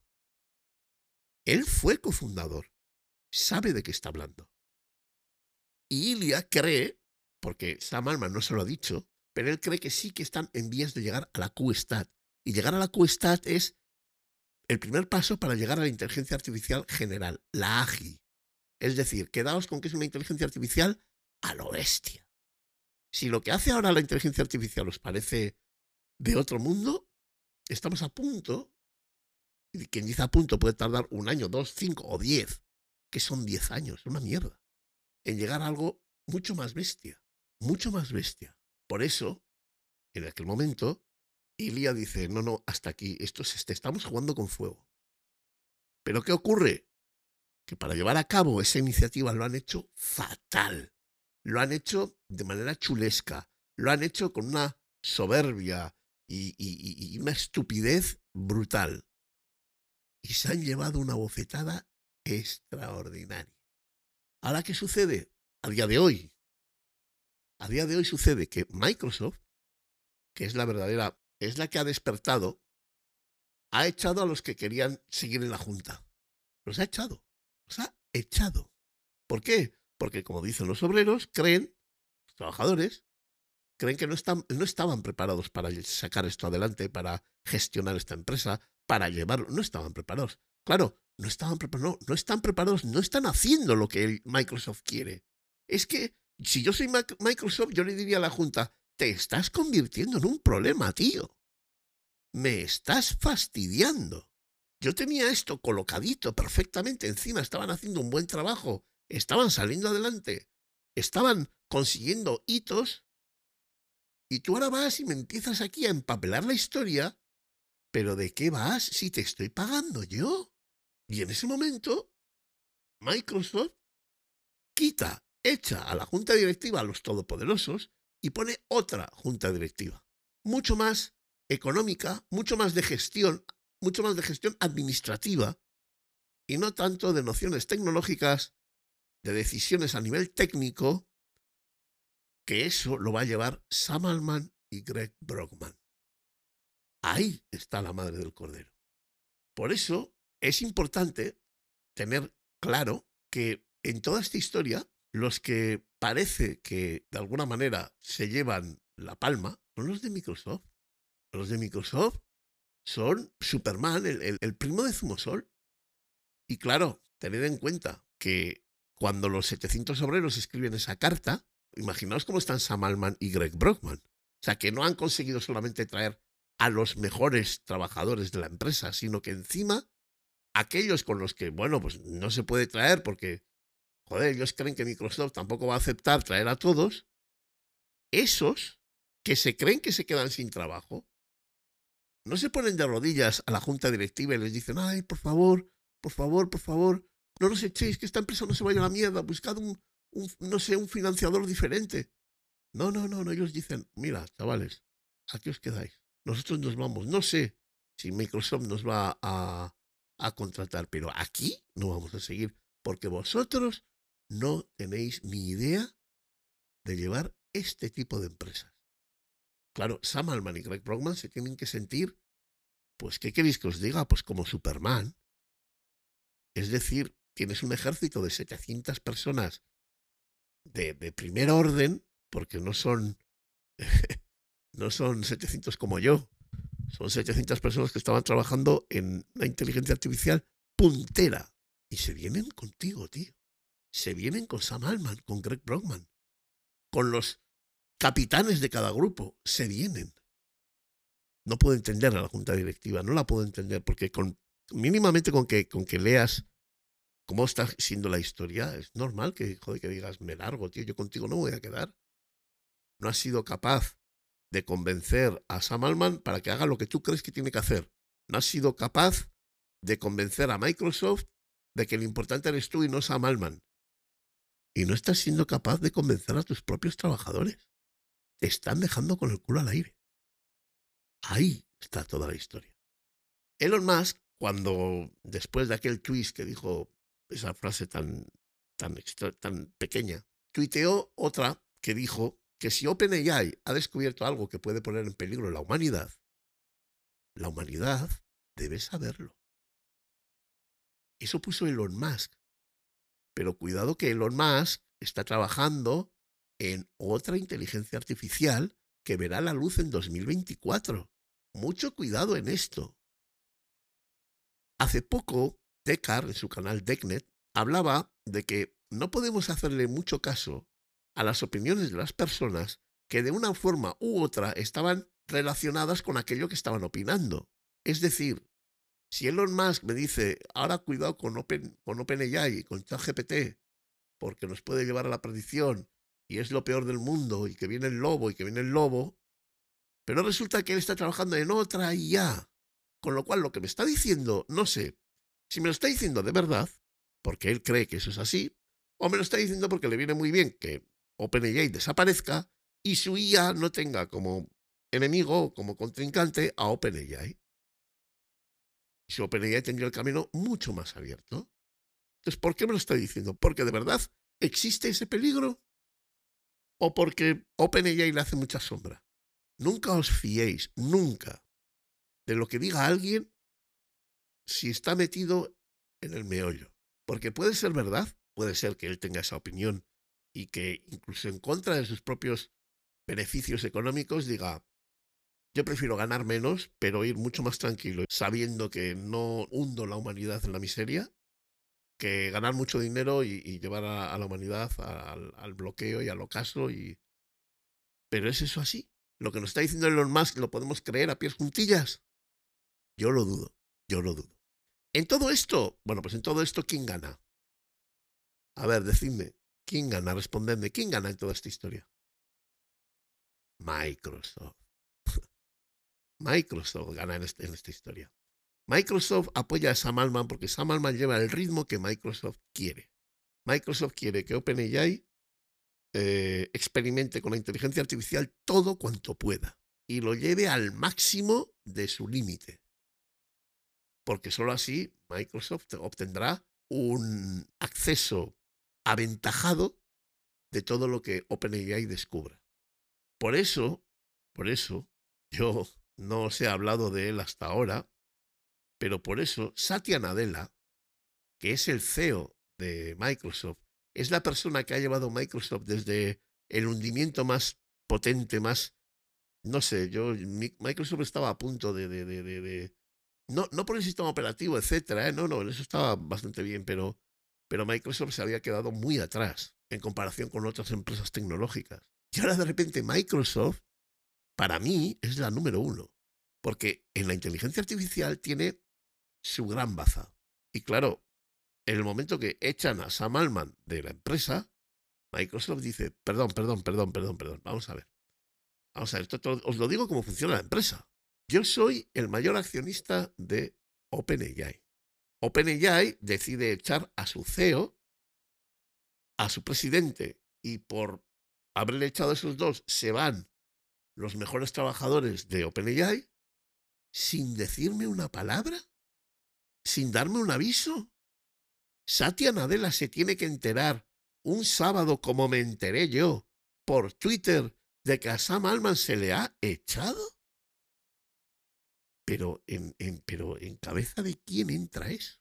Él fue cofundador. Sabe de qué está hablando. Y Ilya cree, porque Sam Altman no se lo ha dicho, pero él cree que sí que están en vías de llegar a la QStat. Y llegar a la QStat es el primer paso para llegar a la inteligencia artificial general, la A G I. Es decir, quedaos con que es una inteligencia artificial a lo bestia. Si lo que hace ahora la inteligencia artificial os parece de otro mundo, estamos a punto, y quien dice a punto puede tardar un año, dos, cinco o diez, que son diez años, una mierda, en llegar a algo mucho más bestia, mucho más bestia. Por eso, en aquel momento, Ilya dice, no, no, hasta aquí, esto es este, estamos jugando con fuego. ¿Pero qué ocurre? Que para llevar a cabo esa iniciativa lo han hecho fatal. Lo han hecho de manera chulesca. Lo han hecho con una soberbia y, y, y una estupidez brutal. Y se han llevado una bofetada extraordinaria. ¿Ahora qué sucede? A día de hoy. A día de hoy sucede que Microsoft, que es la verdadera, es la que ha despertado, ha echado a los que querían seguir en la junta. Los ha echado. Los ha echado. ¿Por qué? Porque, como dicen los obreros, creen, los trabajadores, creen que no, están, no estaban preparados para sacar esto adelante, para gestionar esta empresa, para llevarlo. No estaban preparados. Claro, no estaban preparados, no, no están preparados, no están haciendo lo que Microsoft quiere. Es que, si yo soy Microsoft, yo le diría a la Junta, te estás convirtiendo en un problema, tío. Me estás fastidiando. Yo tenía esto colocadito perfectamente encima, estaban haciendo un buen trabajo, estaban saliendo adelante, estaban consiguiendo hitos, y tú ahora vas y me empiezas aquí a empapelar la historia, pero ¿de qué vas si te estoy pagando yo? Y en ese momento, Microsoft quita, echa a la junta directiva, a los todopoderosos, y pone otra junta directiva, mucho más económica, mucho más de gestión, mucho más de gestión administrativa, y no tanto de nociones tecnológicas, de decisiones a nivel técnico, que eso lo va a llevar Sam Altman y Greg Brockman. Ahí está la madre del cordero. Por eso es importante tener claro que en toda esta historia, los que parece que de alguna manera se llevan la palma son los de Microsoft. Los de Microsoft son Superman, el, el, el primo de Zumosol. Y claro, tened en cuenta que cuando los setecientos obreros escriben esa carta, imaginaos cómo están Sam Altman y Greg Brockman. O sea, que no han conseguido solamente traer a los mejores trabajadores de la empresa, sino que encima aquellos con los que, bueno, pues no se puede traer porque, joder, ellos creen que Microsoft tampoco va a aceptar traer a todos, esos que se creen que se quedan sin trabajo, no se ponen de rodillas a la junta directiva y les dicen, ay, por favor, por favor, por favor, no nos echéis, que esta empresa no se vaya a la mierda, buscad un, un no sé, un financiador diferente. No, no, no, no, ellos dicen, mira, chavales, aquí os quedáis. Nosotros nos vamos. No sé si Microsoft nos va a, a contratar, pero aquí no vamos a seguir, porque vosotros no tenéis ni idea de llevar este tipo de empresas. Claro, Sam Altman y Greg Brockman se tienen que sentir, pues, ¿qué queréis que os diga? Pues como Superman. Es decir, tienes un ejército de setecientas personas de, de primer orden, porque no son, no son setecientos como yo, son setecientas personas que estaban trabajando en la inteligencia artificial puntera. Y se vienen contigo, tío. Se vienen con Sam Altman, con Greg Brockman, con los capitanes de cada grupo. Se vienen. no puedo entender a la junta directiva, no la puedo entender, porque con, mínimamente con que, con que leas cómo está siendo la historia, es normal que, joder, que digas, me largo, tío, yo contigo no me voy a quedar. No has sido capaz de convencer a Sam Altman para que haga lo que tú crees que tiene que hacer. No has sido capaz de convencer a Microsoft de que lo importante eres tú y no Sam Altman. Y no estás siendo capaz de convencer a tus propios trabajadores. Te están dejando con el culo al aire. Ahí está toda la historia. Elon Musk, cuando después de aquel tweet que dijo esa frase tan, tan, extra, tan pequeña, tuiteó otra que dijo que si OpenAI ha descubierto algo que puede poner en peligro la humanidad, la humanidad debe saberlo. Eso puso Elon Musk. Pero cuidado que Elon Musk está trabajando en otra inteligencia artificial que verá la luz en dos mil veinticuatro. Mucho cuidado en esto. Hace poco, Deckard, en su canal DeckNet, hablaba de que no podemos hacerle mucho caso a las opiniones de las personas que de una forma u otra estaban relacionadas con aquello que estaban opinando. Es decir, si Elon Musk me dice, ahora cuidado con, Open, con OpenAI y con ChatGPT, porque nos puede llevar a la perdición y es lo peor del mundo y que viene el lobo y que viene el lobo, pero resulta que él está trabajando en otra I A. Con lo cual, lo que me está diciendo, no sé si me lo está diciendo de verdad, porque él cree que eso es así, o me lo está diciendo porque le viene muy bien que OpenAI desaparezca y su I A no tenga como enemigo, como contrincante a OpenAI. Y su OpenAI tendría el camino mucho más abierto. Entonces, ¿por qué me lo está diciendo? ¿Porque de verdad existe ese peligro? ¿O porque OpenAI le hace mucha sombra? Nunca os fiéis, nunca, de lo que diga alguien si está metido en el meollo. Porque puede ser verdad, puede ser que él tenga esa opinión y que incluso en contra de sus propios beneficios económicos diga, yo prefiero ganar menos, pero ir mucho más tranquilo, sabiendo que no hundo la humanidad en la miseria, que ganar mucho dinero y, y llevar a, a la humanidad a, al, al bloqueo y al ocaso. Y... Pero ¿es eso así? Lo que nos está diciendo Elon Musk, ¿lo podemos creer a pies juntillas? Yo lo dudo, yo lo dudo. En todo esto, bueno, pues en todo esto, ¿quién gana? A ver, decidme, ¿quién gana? Respondedme, ¿quién gana en toda esta historia? Microsoft. Microsoft gana en, este, en esta historia. Microsoft apoya a Sam Altman porque Sam Altman lleva el ritmo que Microsoft quiere. Microsoft quiere que OpenAI eh, experimente con la inteligencia artificial todo cuanto pueda y lo lleve al máximo de su límite. Porque solo así Microsoft obtendrá un acceso aventajado de todo lo que OpenAI descubra. Por eso, por eso, yo no os he hablado de él hasta ahora, pero por eso Satya Nadella, que es el C E O de Microsoft, es la persona que ha llevado Microsoft desde el hundimiento más potente, más, no sé, yo, Microsoft estaba a punto de, de, de, de, de no, no por el sistema operativo, etcétera, ¿eh? no, no, eso estaba bastante bien, pero, pero Microsoft se había quedado muy atrás en comparación con otras empresas tecnológicas. Y ahora de repente Microsoft, para mí, es la número uno, porque en la inteligencia artificial tiene su gran baza. Y claro, en el momento que echan a Sam Altman de la empresa, Microsoft dice, perdón, perdón, perdón, perdón, perdón, vamos a ver. Vamos a ver, esto, esto, os lo digo cómo funciona la empresa. Yo soy el mayor accionista de OpenAI. OpenAI decide echar a su C E O, a su presidente, y por haberle echado a esos dos se van los mejores trabajadores de OpenAI sin decirme una palabra, sin darme un aviso. Satya Nadella se tiene que enterar un sábado, como me enteré yo, por Twitter, de que a Sam Altman se le ha echado. Pero en, en, pero en cabeza de quién entra eso.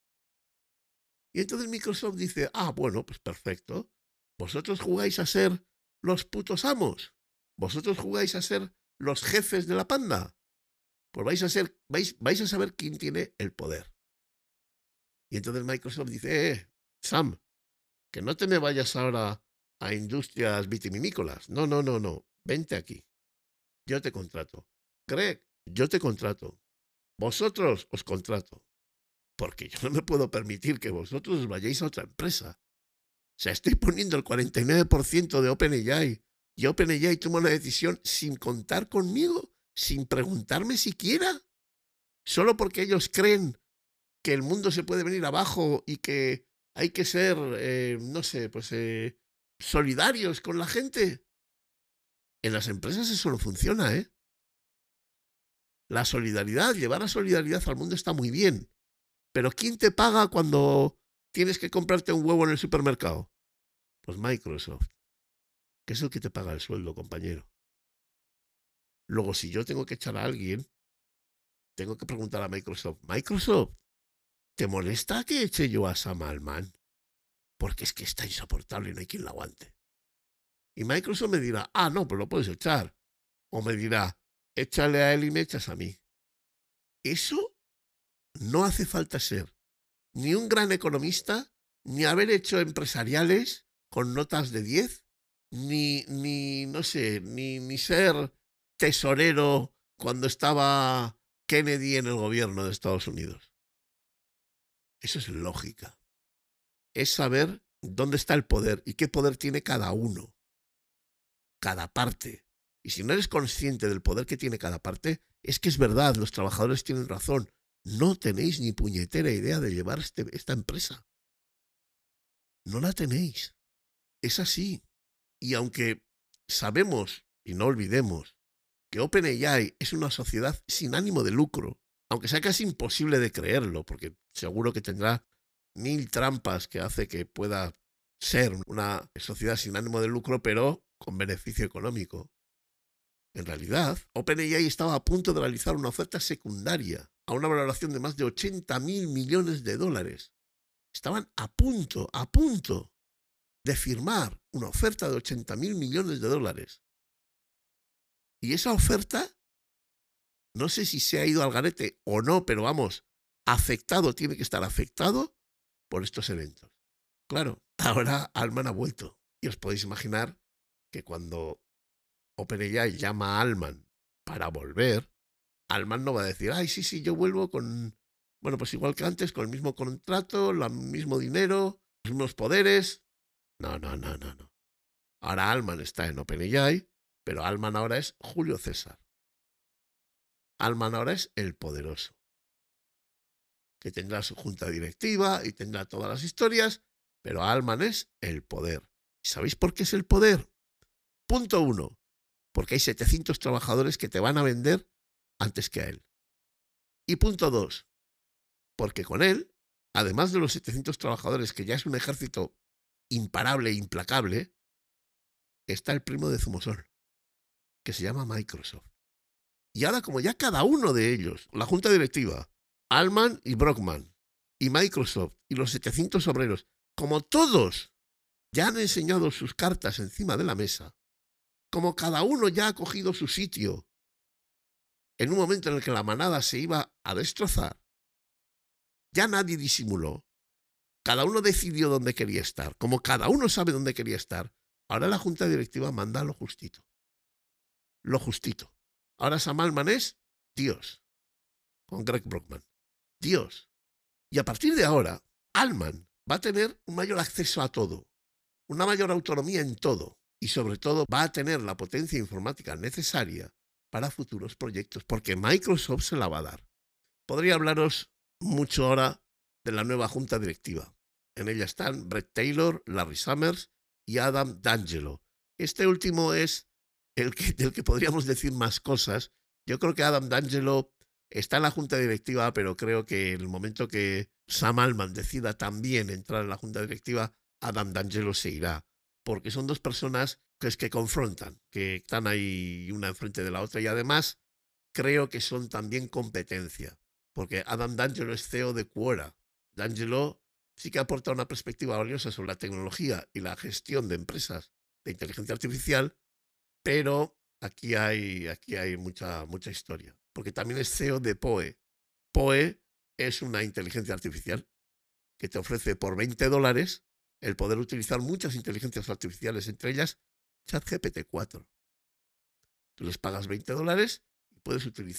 Y entonces Microsoft dice, ah, bueno, pues perfecto. Vosotros jugáis a ser los putos amos. Vosotros jugáis a ser los jefes de la panda. Pues vais a ser, vais, vais a saber quién tiene el poder. Y entonces Microsoft dice, eh, Sam, que no te me vayas ahora a industrias vitivinícolas. No, no, no, no. Vente aquí. Yo te contrato. Greg, yo te contrato. Vosotros os contrato. Porque yo no me puedo permitir que vosotros os vayáis a otra empresa. O sea, estoy poniendo el cuarenta y nueve por ciento de OpenAI y OpenAI toma una decisión sin contar conmigo, sin preguntarme siquiera, solo porque ellos creen que el mundo se puede venir abajo y que hay que ser, eh, no sé, pues eh, solidarios con la gente. En las empresas eso no funciona, ¿eh? La solidaridad, llevar la solidaridad al mundo está muy bien. Pero ¿quién te paga cuando tienes que comprarte un huevo en el supermercado? Pues Microsoft, que es el que te paga el sueldo, compañero. Luego, si yo tengo que echar a alguien, tengo que preguntar a Microsoft, Microsoft, ¿te molesta que eche yo a Sam Altman? Porque es que está insoportable y no hay quien la aguante. Y Microsoft me dirá, ah, no, pues lo puedes echar. O me dirá, échale a él y me echas a mí. Eso no hace falta ser ni un gran economista, ni haber hecho empresariales con notas de diez, ni, ni no sé, ni, ni ser tesorero cuando estaba Kennedy en el gobierno de Estados Unidos. Eso es lógica. Es saber dónde está el poder y qué poder tiene cada uno, cada parte. Y si no eres consciente del poder que tiene cada parte, es que es verdad, los trabajadores tienen razón. No tenéis ni puñetera idea de llevar este, esta empresa. No la tenéis. Es así. Y aunque sabemos, y no olvidemos, que OpenAI es una sociedad sin ánimo de lucro, aunque sea casi imposible de creerlo, porque seguro que tendrá mil trampas que hace que pueda ser una sociedad sin ánimo de lucro, pero con beneficio económico. En realidad, OpenAI estaba a punto de realizar una oferta secundaria a una valoración de más de ochenta mil millones de dólares. Estaban a punto, a punto de firmar una oferta de ochenta mil millones de dólares. Y esa oferta, no sé si se ha ido al garete o no, pero vamos, afectado, tiene que estar afectado por estos eventos. Claro, ahora Altman ha vuelto. Y os podéis imaginar que cuando OpenAI llama a Altman para volver, Altman no va a decir, ay, sí, sí, yo vuelvo con, bueno, pues igual que antes, con el mismo contrato, el mismo dinero, los mismos poderes. No, no, no, no, no. Ahora Altman está en OpenAI, pero Altman ahora es Julio César. Altman ahora es el poderoso, que tendrá su junta directiva y tendrá todas las historias, pero Altman es el poder. ¿Y sabéis por qué es el poder? Punto uno, porque hay setecientos trabajadores que te van a vender antes que a él. Y punto dos, porque con él, además de los setecientos trabajadores, que ya es un ejército imparable e implacable, está el primo de Zumosol, que se llama Microsoft. Y ahora, como ya cada uno de ellos, la junta directiva, Altman y Brockman, y Microsoft, y los setecientos obreros, como todos ya han enseñado sus cartas encima de la mesa, como cada uno ya ha cogido su sitio, en un momento en el que la manada se iba a destrozar, ya nadie disimuló. Cada uno decidió dónde quería estar. Como cada uno sabe dónde quería estar, ahora la junta directiva manda lo justito. Lo justito. Ahora Sam Altman es Dios, con Greg Brockman. Dios. Y a partir de ahora, Altman va a tener un mayor acceso a todo, una mayor autonomía en todo, y sobre todo va a tener la potencia informática necesaria para futuros proyectos, porque Microsoft se la va a dar. Podría hablaros mucho ahora de la nueva junta directiva. En ella están Bret Taylor, Larry Summers y Adam D'Angelo. Este último es el que, del que podríamos decir más cosas. Yo creo que Adam D'Angelo está en la junta directiva, pero creo que en el momento que Sam Altman decida también entrar en la junta directiva, Adam D'Angelo se irá. Porque son dos personas que, es que confrontan, que están ahí una enfrente de la otra, y además creo que son también competencia. Porque Adam D'Angelo es C E O de Quora. D'Angelo sí que aporta una perspectiva valiosa sobre la tecnología y la gestión de empresas de inteligencia artificial, pero aquí hay, aquí hay mucha, mucha historia. Porque también es C E O de Poe. Poe es una inteligencia artificial que te ofrece por veinte dólares el poder utilizar muchas inteligencias artificiales, entre ellas ChatGPT cuatro. Tú les pagas veinte dólares y puedes utilizar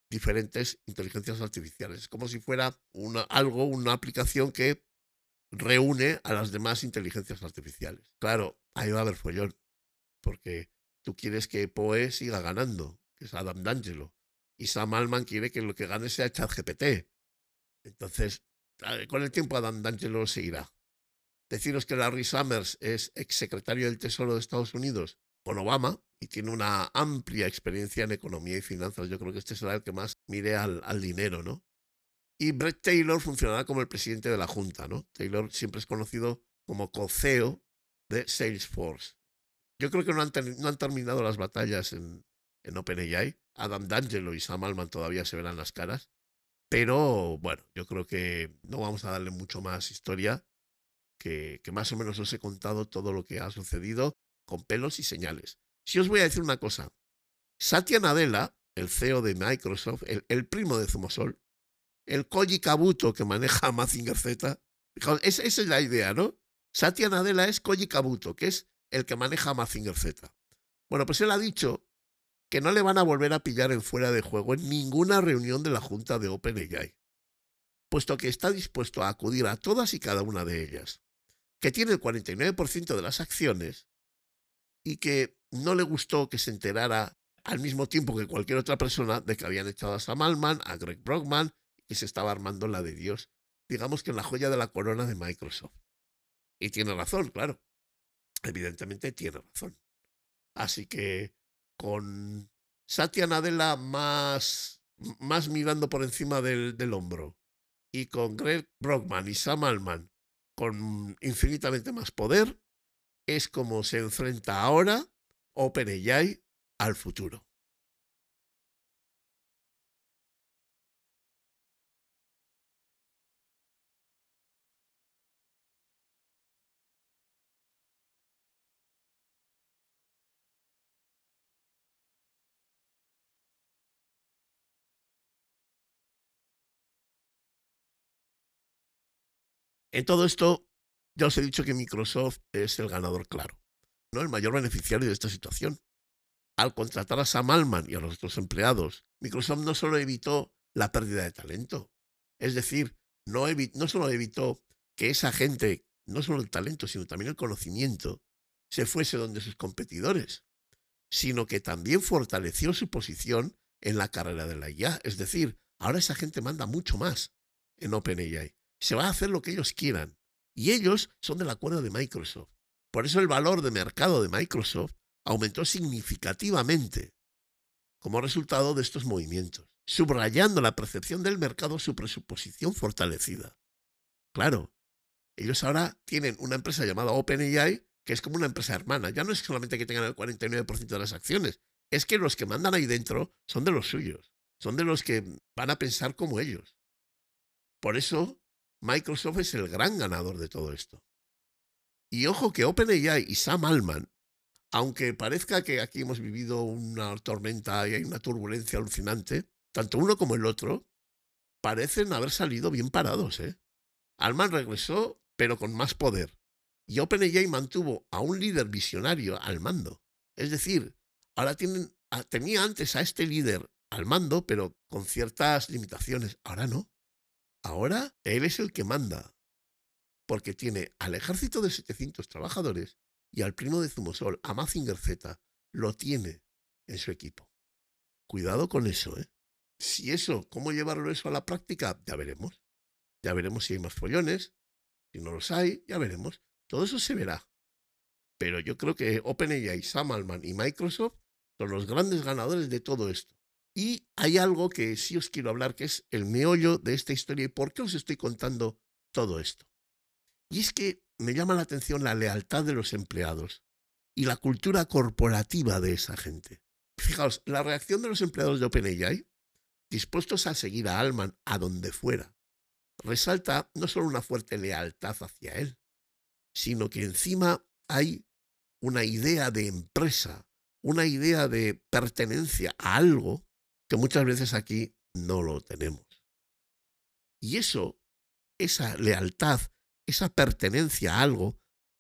diferentes inteligencias artificiales. Es como si fuera una, algo, una aplicación que reúne a las demás inteligencias artificiales. Claro, ahí va a haber follón, porque tú quieres que Poe siga ganando, que es Adam D'Angelo, y Sam Altman quiere que lo que gane sea ChatGPT. Entonces, con el tiempo Adam D'Angelo se irá. Deciros que Larry Summers es exsecretario del Tesoro de Estados Unidos con Obama y tiene una amplia experiencia en economía y finanzas. Yo creo que este será el que más mire al, al dinero, ¿no? Y Brett Taylor funcionará como el presidente de la Junta, ¿no? Taylor siempre es conocido como co-C E O de Salesforce. Yo creo que no han, no han terminado las batallas en, en OpenAI. Adam D'Angelo y Sam Altman todavía se verán las caras. Pero bueno, yo creo que no vamos a darle mucho más historia, que, que más o menos os he contado todo lo que ha sucedido con pelos y señales. Si os voy a decir una cosa, Satya Nadella, el C E O de Microsoft, el, el primo de Zumosol, el Koji Kabuto que maneja Mazinger Z, fijaos, esa, esa es la idea, ¿no? Satya Nadella es Koji Kabuto, que es el que maneja Mazinger Z. Bueno, pues él ha dicho que no le van a volver a pillar en fuera de juego en ninguna reunión de la Junta de OpenAI, puesto que está dispuesto a acudir a todas y cada una de ellas, que tiene el cuarenta y nueve por ciento de las acciones y que no le gustó que se enterara al mismo tiempo que cualquier otra persona de que habían echado a Sam Altman, a Greg Brockman, y que se estaba armando la de Dios, digamos que en la joya de la corona de Microsoft. Y tiene razón, claro. Evidentemente tiene razón. Así que con Satya Nadella más, más mirando por encima del, del hombro y con Greg Brockman y Sam Altman con infinitamente más poder, es como se enfrenta ahora OpenAI al futuro. En todo esto, ya os he dicho que Microsoft es el ganador claro, ¿no? El mayor beneficiario de esta situación. Al contratar a Sam Altman y a los otros empleados, Microsoft no solo evitó la pérdida de talento, es decir, no, no solo evitó que esa gente, no solo el talento, sino también el conocimiento, se fuese donde sus competidores, sino que también fortaleció su posición en la carrera de la I A. Es decir, ahora esa gente manda mucho más en OpenAI. Se va a hacer lo que ellos quieran. Y ellos son del acuerdo de Microsoft. Por eso el valor de mercado de Microsoft aumentó significativamente como resultado de estos movimientos, subrayando la percepción del mercado sobre su posición fortalecida. Claro, ellos ahora tienen una empresa llamada OpenAI, que es como una empresa hermana. Ya no es solamente que tengan el cuarenta y nueve por ciento de las acciones, es que los que mandan ahí dentro son de los suyos, son de los que van a pensar como ellos. Por eso, Microsoft es el gran ganador de todo esto. Y ojo que OpenAI y Sam Altman, aunque parezca que aquí hemos vivido una tormenta y hay una turbulencia alucinante, tanto uno como el otro parecen haber salido bien parados, ¿eh? Altman regresó, pero con más poder. Y OpenAI mantuvo a un líder visionario al mando. Es decir, ahora tienen, tenía antes a este líder al mando, pero con ciertas limitaciones. Ahora no. Ahora él es el que manda. Porque tiene al ejército de setecientos trabajadores y al primo de Zumosol, a Mazinger Z, lo tiene en su equipo. Cuidado con eso, ¿eh? Si eso, ¿cómo llevarlo eso a la práctica? Ya veremos. Ya veremos si hay más follones. Si no los hay, ya veremos. Todo eso se verá. Pero yo creo que OpenAI, Sam Altman y Microsoft son los grandes ganadores de todo esto. Y hay algo que sí os quiero hablar, que es el meollo de esta historia y por qué os estoy contando todo esto. Y es que me llama la atención la lealtad de los empleados y la cultura corporativa de esa gente. Fijaos, la reacción de los empleados de OpenAI, dispuestos a seguir a Altman a donde fuera, resalta no solo una fuerte lealtad hacia él, sino que encima hay una idea de empresa, una idea de pertenencia a algo que muchas veces aquí no lo tenemos. Y eso, esa lealtad, esa pertenencia a algo,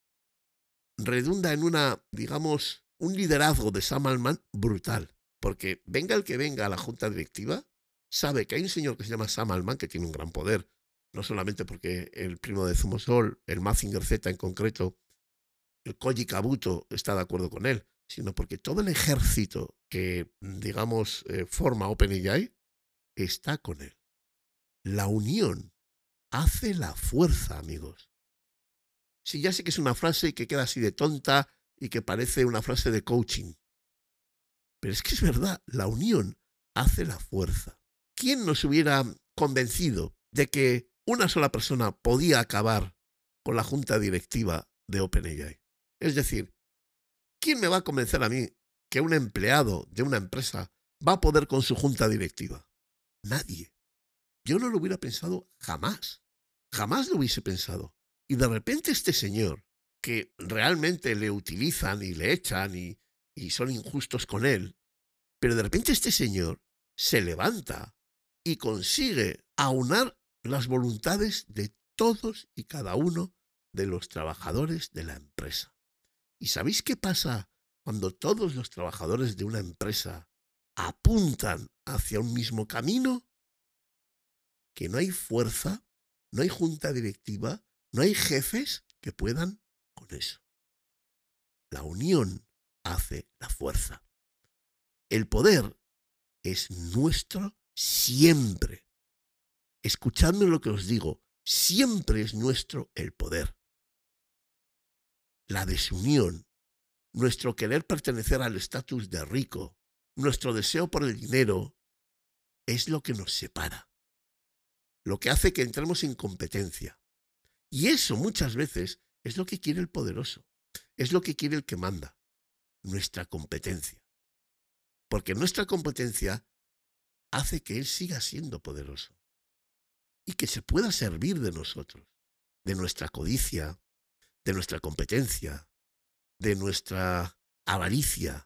redunda en una, digamos, un liderazgo de Sam Altman brutal. Porque venga el que venga a la junta directiva, sabe que hay un señor que se llama Sam Altman, que tiene un gran poder, no solamente porque el primo de Zumosol, el Mazinger Z en concreto, el Koji Kabuto está de acuerdo con él, sino porque todo el ejército que, digamos, eh, forma OpenAI está con él. La unión hace la fuerza, amigos. Sí, ya sé que es una frase que queda así de tonta y que parece una frase de coaching. Pero es que es verdad, la unión hace la fuerza. ¿Quién nos hubiera convencido de que una sola persona podía acabar con la junta directiva de OpenAI? Es decir, ¿quién me va a convencer a mí que un empleado de una empresa va a poder con su junta directiva? Nadie. Yo no lo hubiera pensado jamás. Jamás lo hubiese pensado. Y de repente este señor, que realmente le utilizan y le echan y, y son injustos con él, pero de repente este señor se levanta y consigue aunar las voluntades de todos y cada uno de los trabajadores de la empresa. ¿Y sabéis qué pasa cuando todos los trabajadores de una empresa apuntan hacia un mismo camino? Que no hay fuerza, no hay junta directiva, no hay jefes que puedan con eso. La unión hace la fuerza. El poder es nuestro siempre. Escuchadme lo que os digo, siempre es nuestro el poder. La desunión, nuestro querer pertenecer al estatus de rico, nuestro deseo por el dinero, es lo que nos separa, lo que hace que entremos en competencia. Y eso muchas veces es lo que quiere el poderoso, es lo que quiere el que manda, nuestra competencia. Porque nuestra competencia hace que él siga siendo poderoso y que se pueda servir de nosotros, de nuestra codicia, de nuestra competencia, de nuestra avaricia,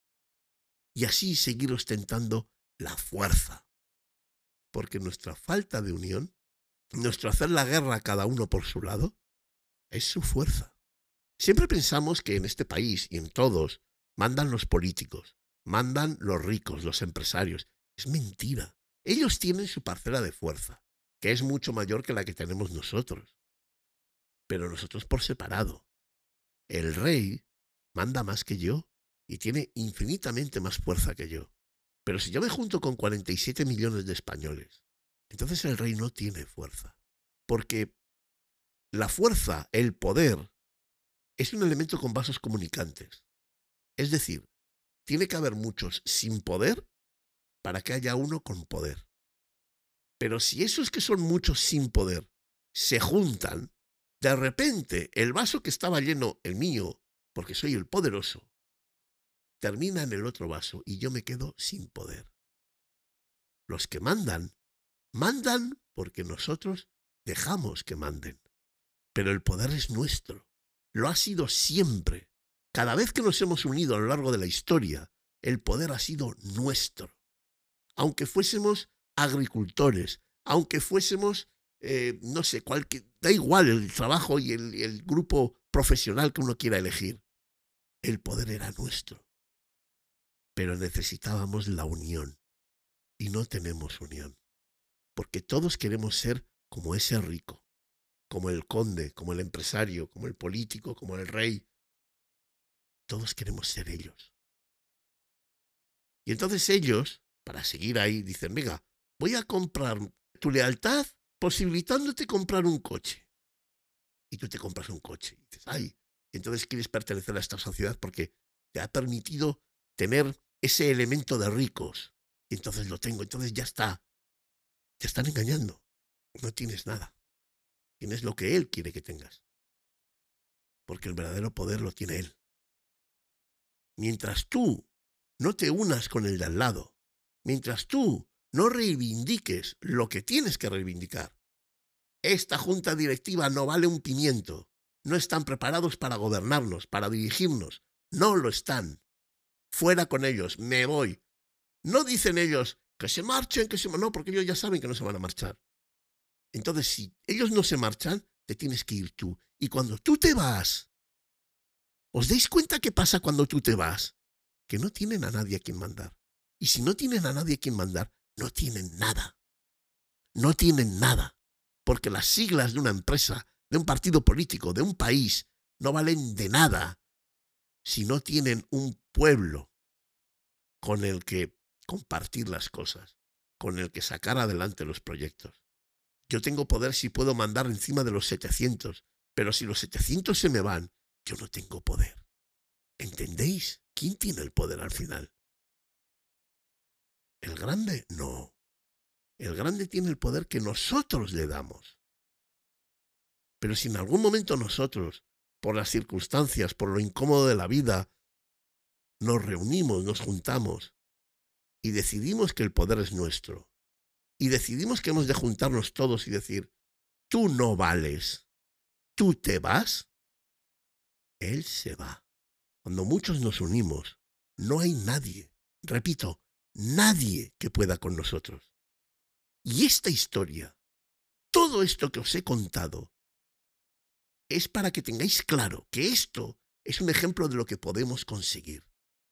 y así seguir ostentando la fuerza. Porque nuestra falta de unión, nuestro hacer la guerra cada uno por su lado, es su fuerza. Siempre pensamos que en este país y en todos mandan los políticos, mandan los ricos, los empresarios. Es mentira. Ellos tienen su parcela de fuerza, que es mucho mayor que la que tenemos nosotros. Pero nosotros por separado. El rey manda más que yo y tiene infinitamente más fuerza que yo. Pero si yo me junto con cuarenta y siete millones de españoles, entonces el rey no tiene fuerza. Porque la fuerza, el poder, es un elemento con vasos comunicantes. Es decir, tiene que haber muchos sin poder para que haya uno con poder. Pero si esos que son muchos sin poder se juntan, de repente el vaso que estaba lleno, el mío, porque soy el poderoso, termina en el otro vaso y yo me quedo sin poder. Los que mandan, mandan porque nosotros dejamos que manden. Pero el poder es nuestro. Lo ha sido siempre. Cada vez que nos hemos unido a lo largo de la historia, el poder ha sido nuestro. Aunque fuésemos agricultores, aunque fuésemos, eh, no sé, cualquier, da igual el trabajo y el, el grupo profesional que uno quiera elegir. El poder era nuestro. Pero necesitábamos la unión. Y no tenemos unión. Porque todos queremos ser como ese rico, como el conde, como el empresario, como el político, como el rey. Todos queremos ser ellos. Y entonces ellos, para seguir ahí, dicen, venga, voy a comprar tu lealtad posibilitándote comprar un coche. Y tú te compras un coche. Y dices, ay, entonces quieres pertenecer a esta sociedad porque te ha permitido tener ese elemento de ricos. Y entonces lo tengo, entonces ya está. Te están engañando. No tienes nada. Tienes lo que él quiere que tengas. Porque el verdadero poder lo tiene él. Mientras tú no te unas con el de al lado, mientras tú no reivindiques lo que tienes que reivindicar, esta junta directiva no vale un pimiento. No están preparados para gobernarnos, para dirigirnos. No lo están. Fuera con ellos, me voy. No dicen ellos que se marchen, que se marchen. No, porque ellos ya saben que no se van a marchar. Entonces, si ellos no se marchan, te tienes que ir tú. Y cuando tú te vas, ¿os dais cuenta qué pasa cuando tú te vas? Que no tienen a nadie a quien mandar. Y si no tienen a nadie a quien mandar, no tienen nada. No tienen nada. Porque las siglas de una empresa, de un partido político, de un país, no valen de nada si no tienen un pueblo con el que compartir las cosas, con el que sacar adelante los proyectos. Yo tengo poder si puedo mandar encima de los setecientos, pero si los setecientos se me van, yo no tengo poder. ¿Entendéis? ¿Quién tiene el poder al final? ¿El grande? No. El grande tiene el poder que nosotros le damos. Pero si en algún momento nosotros, por las circunstancias, por lo incómodo de la vida, nos reunimos, nos juntamos y decidimos que el poder es nuestro, y decidimos que hemos de juntarnos todos y decir, tú no vales, tú te vas, él se va. Cuando muchos nos unimos, no hay nadie, repito, nadie que pueda con nosotros. Y esta historia, todo esto que os he contado, es para que tengáis claro que esto es un ejemplo de lo que podemos conseguir.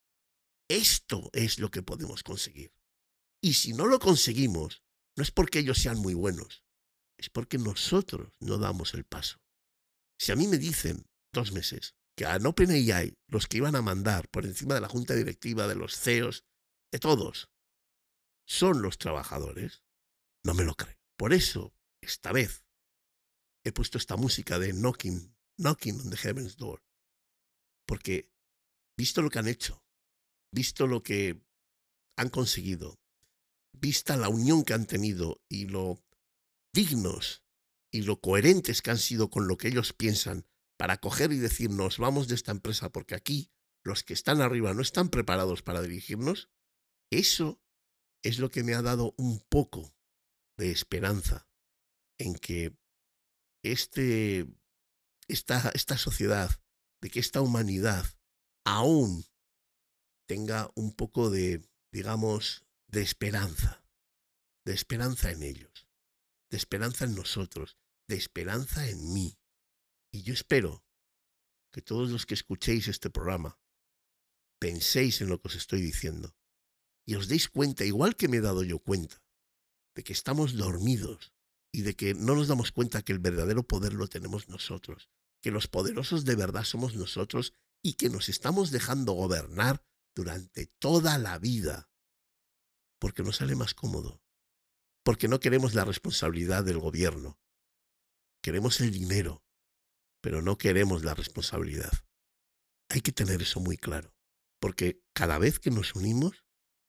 Esto es lo que podemos conseguir. Y si no lo conseguimos, no es porque ellos sean muy buenos, es porque nosotros no damos el paso. Si a mí me dicen dos meses que a OpenAI, los que iban a mandar por encima de la junta directiva, de los C E Os, de todos, son los trabajadores, no me lo creo. Por eso, esta vez, he puesto esta música de Knocking, Knocking on the Heaven's Door. Porque, visto lo que han hecho, visto lo que han conseguido, vista la unión que han tenido y lo dignos y lo coherentes que han sido con lo que ellos piensan para coger y decir nos vamos de esta empresa porque aquí los que están arriba no están preparados para dirigirnos, eso es lo que me ha dado un poco de esperanza en que este, esta, esta sociedad, de que esta humanidad aún tenga un poco de, digamos, de esperanza, de esperanza en ellos, de esperanza en nosotros, de esperanza en mí. Y yo espero que todos los que escuchéis este programa penséis en lo que os estoy diciendo y os deis cuenta, igual que me he dado yo cuenta, de que estamos dormidos y de que no nos damos cuenta que el verdadero poder lo tenemos nosotros, que los poderosos de verdad somos nosotros y que nos estamos dejando gobernar durante toda la vida, porque nos sale más cómodo, porque no queremos la responsabilidad del gobierno, queremos el dinero, pero no queremos la responsabilidad. Hay que tener eso muy claro, porque cada vez que nos unimos,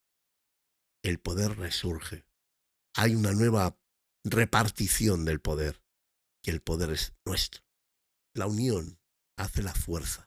el poder resurge. Hay una nueva repartición del poder, y el poder es nuestro. La unión hace la fuerza.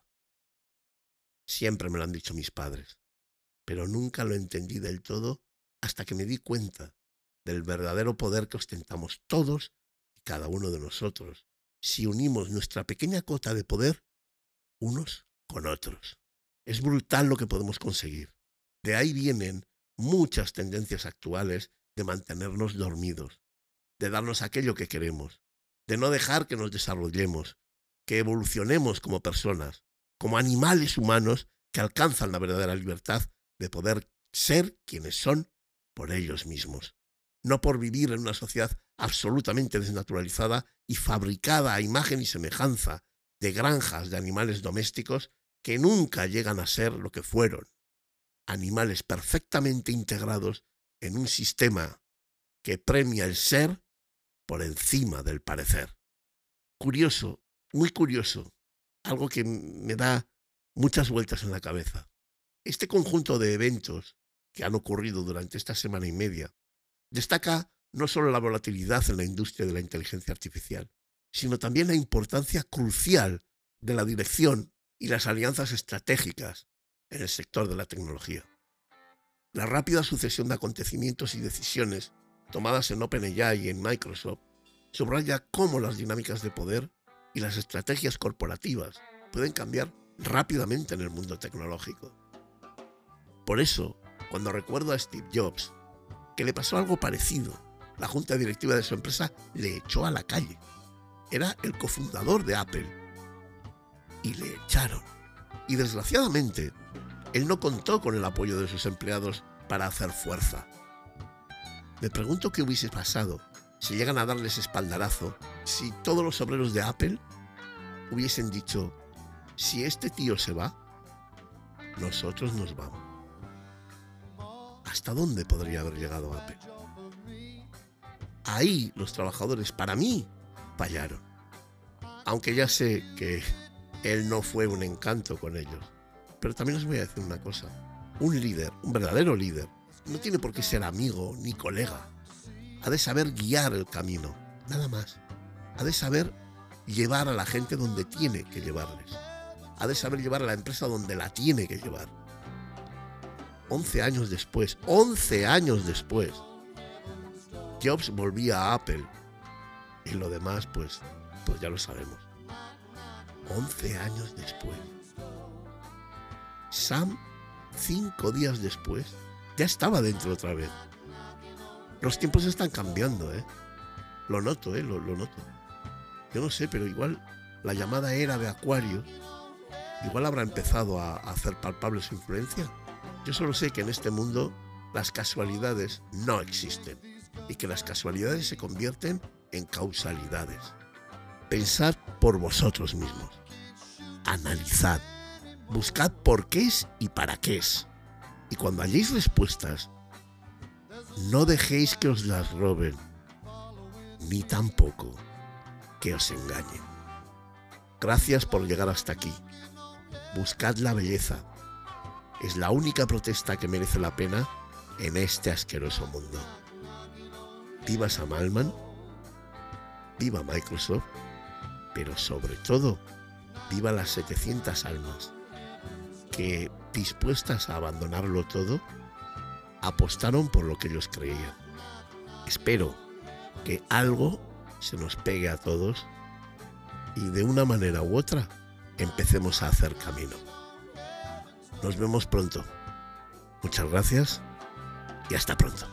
Siempre me lo han dicho mis padres, pero nunca lo entendí del todo hasta que me di cuenta del verdadero poder que ostentamos todos y cada uno de nosotros si unimos nuestra pequeña cota de poder unos con otros. Es brutal lo que podemos conseguir. De ahí vienen muchas tendencias actuales de mantenernos dormidos, de darnos aquello que queremos, de no dejar que nos desarrollemos, que evolucionemos como personas, como animales humanos que alcanzan la verdadera libertad de poder ser quienes son por ellos mismos, no por vivir en una sociedad absolutamente desnaturalizada y fabricada a imagen y semejanza de granjas de animales domésticos que nunca llegan a ser lo que fueron, animales perfectamente integrados en un sistema que premia el ser por encima del parecer. Curioso, muy curioso, algo que me da muchas vueltas en la cabeza. Este conjunto de eventos que han ocurrido durante esta semana y media destaca no solo la volatilidad en la industria de la inteligencia artificial, sino también la importancia crucial de la dirección y las alianzas estratégicas en el sector de la tecnología. La rápida sucesión de acontecimientos y decisiones tomadas en OpenAI y en Microsoft subraya cómo las dinámicas de poder y las estrategias corporativas pueden cambiar rápidamente en el mundo tecnológico. Por eso, cuando recuerdo a Steve Jobs, que le pasó algo parecido, la junta directiva de su empresa le echó a la calle. Era el cofundador de Apple. Y le echaron. Y desgraciadamente, él no contó con el apoyo de sus empleados para hacer fuerza. Me pregunto qué hubiese pasado si llegan a darles espaldarazo, si todos los obreros de Apple hubiesen dicho, si este tío se va, nosotros nos vamos. ¿Hasta dónde podría haber llegado Apple? Ahí los trabajadores, para mí, fallaron. Aunque ya sé que él no fue un encanto con ellos. Pero también os voy a decir una cosa. Un líder, un verdadero líder, no tiene por qué ser amigo ni colega. Ha de saber guiar el camino, nada más. Ha de saber llevar a la gente donde tiene que llevarles. Ha de saber llevar a la empresa donde la tiene que llevar. Once años después, once años después, Jobs volvía a Apple. Y lo demás, pues, pues ya lo sabemos. Once años después. Sam, cinco días después, ya estaba dentro otra vez. Los tiempos están cambiando, ¿eh? Lo noto, ¿eh? Lo, lo noto. Yo no sé, pero igual la llamada era de Acuario, igual habrá empezado a, a hacer palpable su influencia. Yo solo sé que en este mundo las casualidades no existen y que las casualidades se convierten en causalidades. Pensad por vosotros mismos. Analizad. Buscad por qué es y para qué es. Y cuando halléis respuestas, no dejéis que os las roben, ni tampoco que os engañen. Gracias por llegar hasta aquí. Buscad la belleza. Es la única protesta que merece la pena en este asqueroso mundo. Viva Sam Altman, viva Microsoft, pero sobre todo, viva las setecientas almas que, dispuestas a abandonarlo todo, apostaron por lo que ellos creían. Espero que algo se nos pegue a todos y de una manera u otra empecemos a hacer camino. Nos vemos pronto. Muchas gracias y hasta pronto.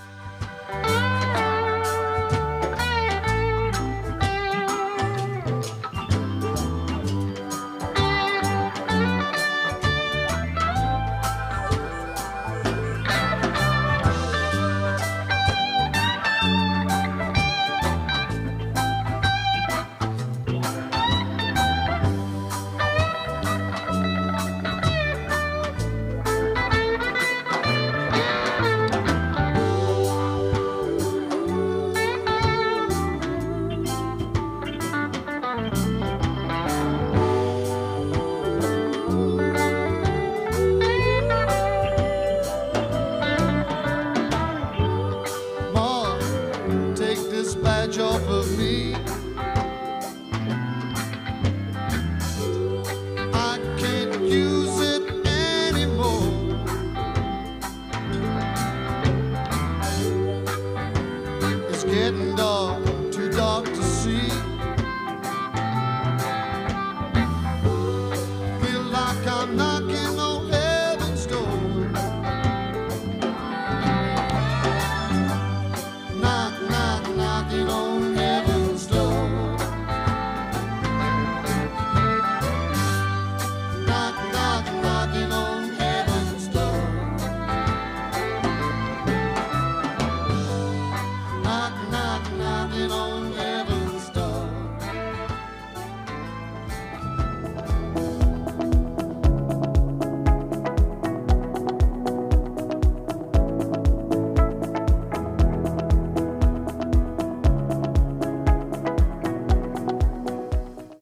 Badge off of me. I can't use it anymore. It's getting dark, too dark to see. Feel like I'm knocking on heaven's door. Knock, knock, knocking on